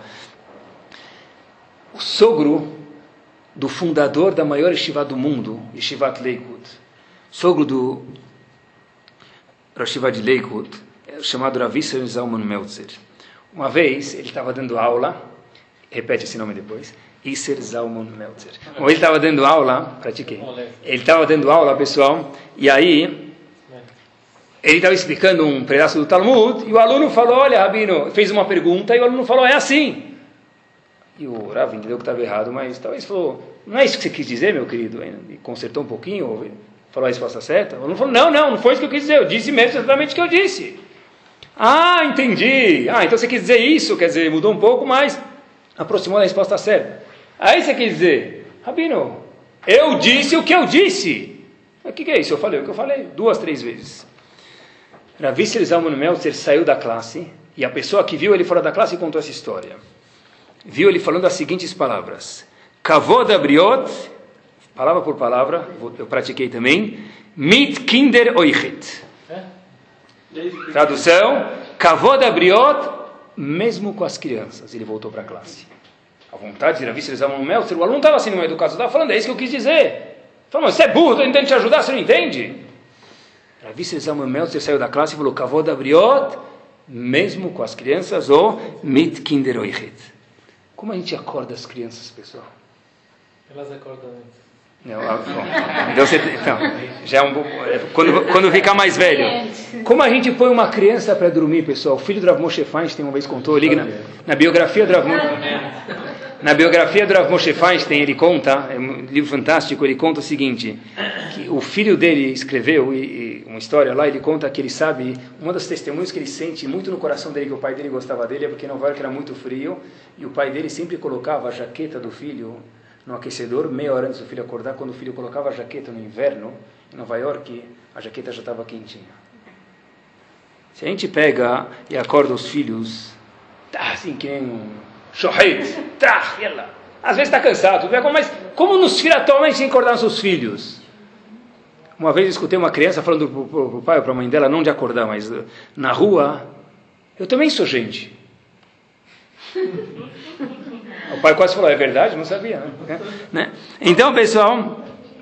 O sogro do fundador da maior yeshiva do mundo, Yeshivat Lakewood, sogro do Yeshiva de Lakewood, chamado Rav Isser Zalman Meltzer. Uma vez, ele estava dando aula, repete esse nome depois, Isser Zalman Meltzer. Ele estava dando aula, pratiquei, ele estava dando aula, pessoal, e aí, ele estava explicando um pedaço do Talmud, e o aluno falou, olha, Rabino, fez uma pergunta, e o aluno falou, é assim. E o Rav entendeu que estava errado, mas talvez falou, não é isso que você quis dizer, meu querido? E consertou um pouquinho, falou a resposta certa. O aluno falou, não foi isso que eu quis dizer, eu disse mesmo exatamente o que eu disse. Ah, entendi. Então você quis dizer isso, quer dizer, mudou um pouco, mas aproximou da resposta certa. Aí você quis dizer, Rabino, eu disse o que eu disse. O que é isso? Eu falei o que eu falei 2, 3 vezes. Rav Isser Zalman Meltzer saiu da classe, e a pessoa que viu ele fora da classe contou essa história. Viu ele falando as seguintes palavras. Kavod Abriot, palavra por palavra, eu pratiquei também. Mit Kinder Oichet. Tradução, Kavod Abriot, mesmo com as crianças. Ele voltou para a classe. A vontade de Rav Isser Zalman Meltzer, o aluno estava assim numa educação, estava falando, é isso que eu quis dizer. Falou, mas você é burro, estou tentando te ajudar, você não entende? Rav Isser Zalman Meltzer saiu da classe e falou, Kavod Abriot, mesmo com as crianças, ou Mit Kinder Oichet. Como a gente acorda as crianças, pessoal? Elas acordam antes. Não, então já é um pouco, quando ficar mais velho. Como a gente põe uma criança para dormir, pessoal? O filho do Rav Moshe Feinstein uma vez contou, na biografia do Rav Moshe Feinstein, ele conta, é um livro fantástico, ele conta o seguinte, que o filho dele escreveu uma história lá, ele conta que ele sabe, uma das testemunhas que ele sente muito no coração dele, que o pai dele gostava dele, é porque em Nova York era muito frio, e o pai dele sempre colocava a jaqueta do filho no aquecedor, meia hora antes do filho acordar. Quando o filho colocava a jaqueta no inverno, em Nova York, a jaqueta já estava quentinha. Se a gente pega e acorda os filhos, tá assim que nem um shohet, tá, ela. Às vezes está cansado, mas como nos firatoma a gente acordar nossos filhos? Uma vez eu escutei uma criança falando para o pai ou para a mãe dela, não de acordar, mas na rua, eu também sou gente. O pai quase falou, é verdade? Não sabia, né? Então, pessoal,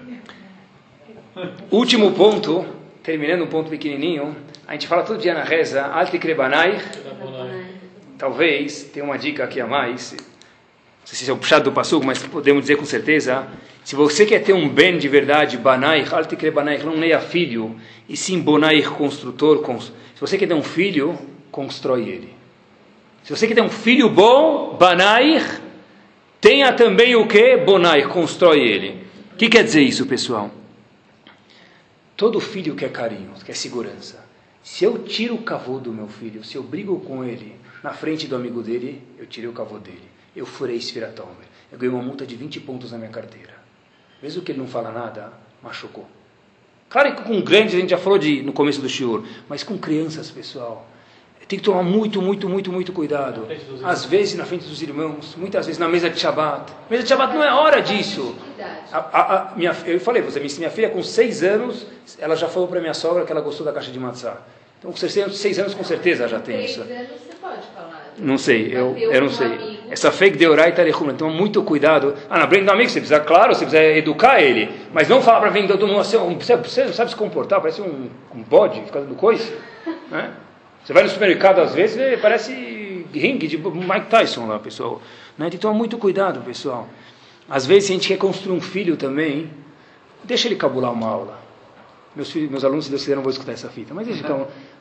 último ponto, terminando um ponto pequenininho, a gente fala todo dia na reza, Al Tikre Banai, talvez, tem uma dica aqui a mais, não sei se é o puxado do passuco, mas podemos dizer com certeza, se você quer ter um bem de verdade, Banai, Al Tikre Banai, não leia filho, e sim Bonai, construtor, se você quer ter um filho, constrói ele. Se você quer ter um filho bom, Banai, tenha também o que? Bonai, constrói ele. O que quer dizer isso, pessoal? Todo filho quer carinho, quer segurança. Se eu tiro o cavô do meu filho, se eu brigo com ele na frente do amigo dele, eu tirei o cavô dele. Eu furei Sfirat Omer. Eu ganhei uma multa de 20 pontos na minha carteira. Mesmo que ele não fala nada, machucou. Claro que com grandes a gente já falou no começo do shiur, mas com crianças, pessoal, tem que tomar muito cuidado. Às vezes na frente dos irmãos, muitas vezes na mesa de Shabbat. Mesa de Shabbat não é hora disso. Eu falei, minha filha com 6 anos, ela já falou para minha sogra que ela gostou da caixa de matzah. Então com 6 anos com certeza já tem isso. 6 anos você pode falar. Não sei, eu não sei. Essa fake de orai tarechum, então muito cuidado. Na frente do amigo, você precisa, claro, você precisa educar ele, mas não falar para frente de todo mundo assim, você não sabe se comportar, parece um bode, fica dando coice, né? Você vai no supermercado às vezes, parece ringue de Mike Tyson lá, pessoal. Né? Tem que tomar muito cuidado, pessoal. Às vezes, se a gente quer construir um filho também, deixa ele cabular uma aula. Meus alunos, se Deus quiser, não vou escutar essa fita, mas deixa ele cabular.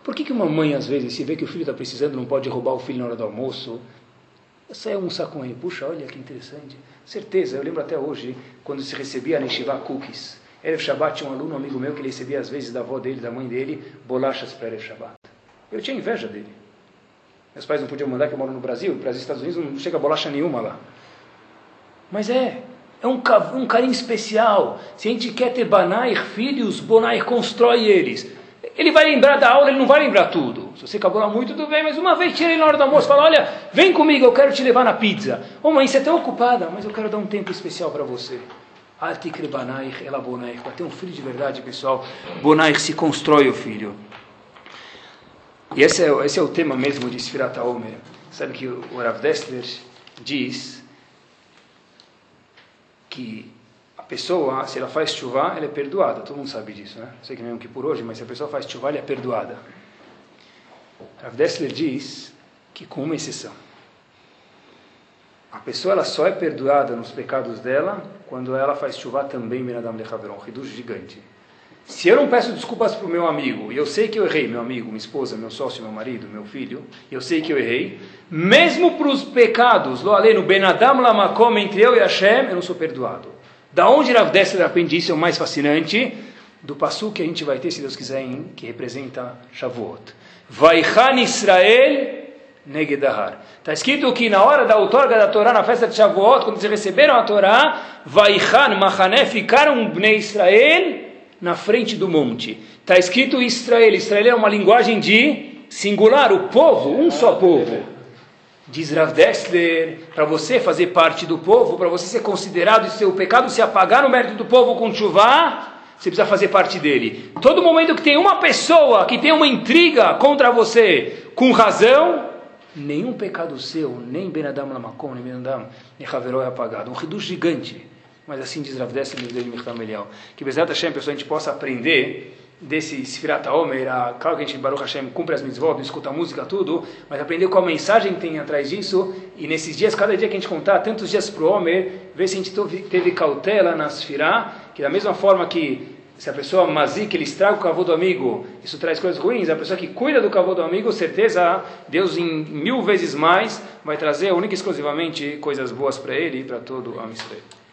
Por que uma mãe, às vezes, se vê que o filho está precisando, não pode roubar o filho na hora do almoço? Sai almoçar com ele. Puxa, olha que interessante. Certeza, eu lembro até hoje, quando se recebia na Yeshiva cookies. Erev Shabbat tinha um aluno, um amigo meu, que ele recebia às vezes da avó dele, da mãe dele, bolachas para Erev Shabbat. Eu tinha inveja dele. Meus pais não podiam mandar, que eu moro no Brasil. Para os Estados Unidos não chega bolacha nenhuma lá. Mas é um carinho especial. Se a gente quer ter Banair, filhos, Bonair constrói eles. Ele vai lembrar da aula, ele não vai lembrar tudo. Se você cabular muito, tudo bem, mas uma vez tira ele na hora do almoço, fala, olha, vem comigo, eu quero te levar na pizza. Ô mãe, você é tão ocupada, mas eu quero dar um tempo especial para você. Artikre Banair, ela Bonair. Para ter um filho de verdade, pessoal, Bonair se constrói o filho. E esse é o tema mesmo de Sfirat HaOmer. Sabe que o Rav Dessler diz que a pessoa, se ela faz chuvá, ela é perdoada. Todo mundo sabe disso, né? Sei que não é um que por hoje, mas se a pessoa faz chuvá, ela é perdoada. Rav Dessler diz que com uma exceção. A pessoa ela só é perdoada nos pecados dela quando ela faz chuvá também, Benadam Lechaveron, um hidush gigante. Se eu não peço desculpas para o meu amigo, e eu sei que eu errei, meu amigo, minha esposa, meu sócio, meu marido, meu filho, eu sei que eu errei, mesmo para os pecados, lo alei no Benadam Lamakom, entre eu e Hashem, eu não sou perdoado. Da onde Rav Dessler aprende isso é o mais fascinante, do passo que a gente vai ter, se Deus quiser, que representa Shavuot. Vaichan Israel Negedahar. Está escrito que na hora da outorga da Torá, na festa de Shavuot, quando eles receberam a Torá, Vaichan Machané, ficaram Bnei Israel na frente do monte. Está escrito Israel. Israel é uma linguagem de singular, o povo, um só povo. Diz Rav Dessler, para você fazer parte do povo, para você ser considerado e seu pecado se apagar no mérito do povo com chuvá, você precisa fazer parte dele. Todo momento que tem uma pessoa que tem uma intriga contra você, com razão, nenhum pecado seu, nem Benadam Lamakom, nem Benadam Lechaveró é apagado. Um hidush gigante. Mas assim diz Rav Dessler no livro de Michtam Eliyahu. Que Bezrat Hashem, pessoal, a gente possa aprender desse Sfirat HaOmer. Claro que a gente, Baruch Hashem, cumpre as mitzvot, escuta a música, tudo, mas aprender qual a mensagem que tem atrás disso. E nesses dias, cada dia que a gente contar, tantos dias para o Homer, ver se a gente teve cautela na Sfirá, que da mesma forma que se a pessoa mazik, ele estraga o kavod do amigo, isso traz coisas ruins, a pessoa que cuida do kavod do amigo, certeza, Deus em 1000 vezes mais vai trazer única e exclusivamente coisas boas para ele e para todo o Am Yisrael.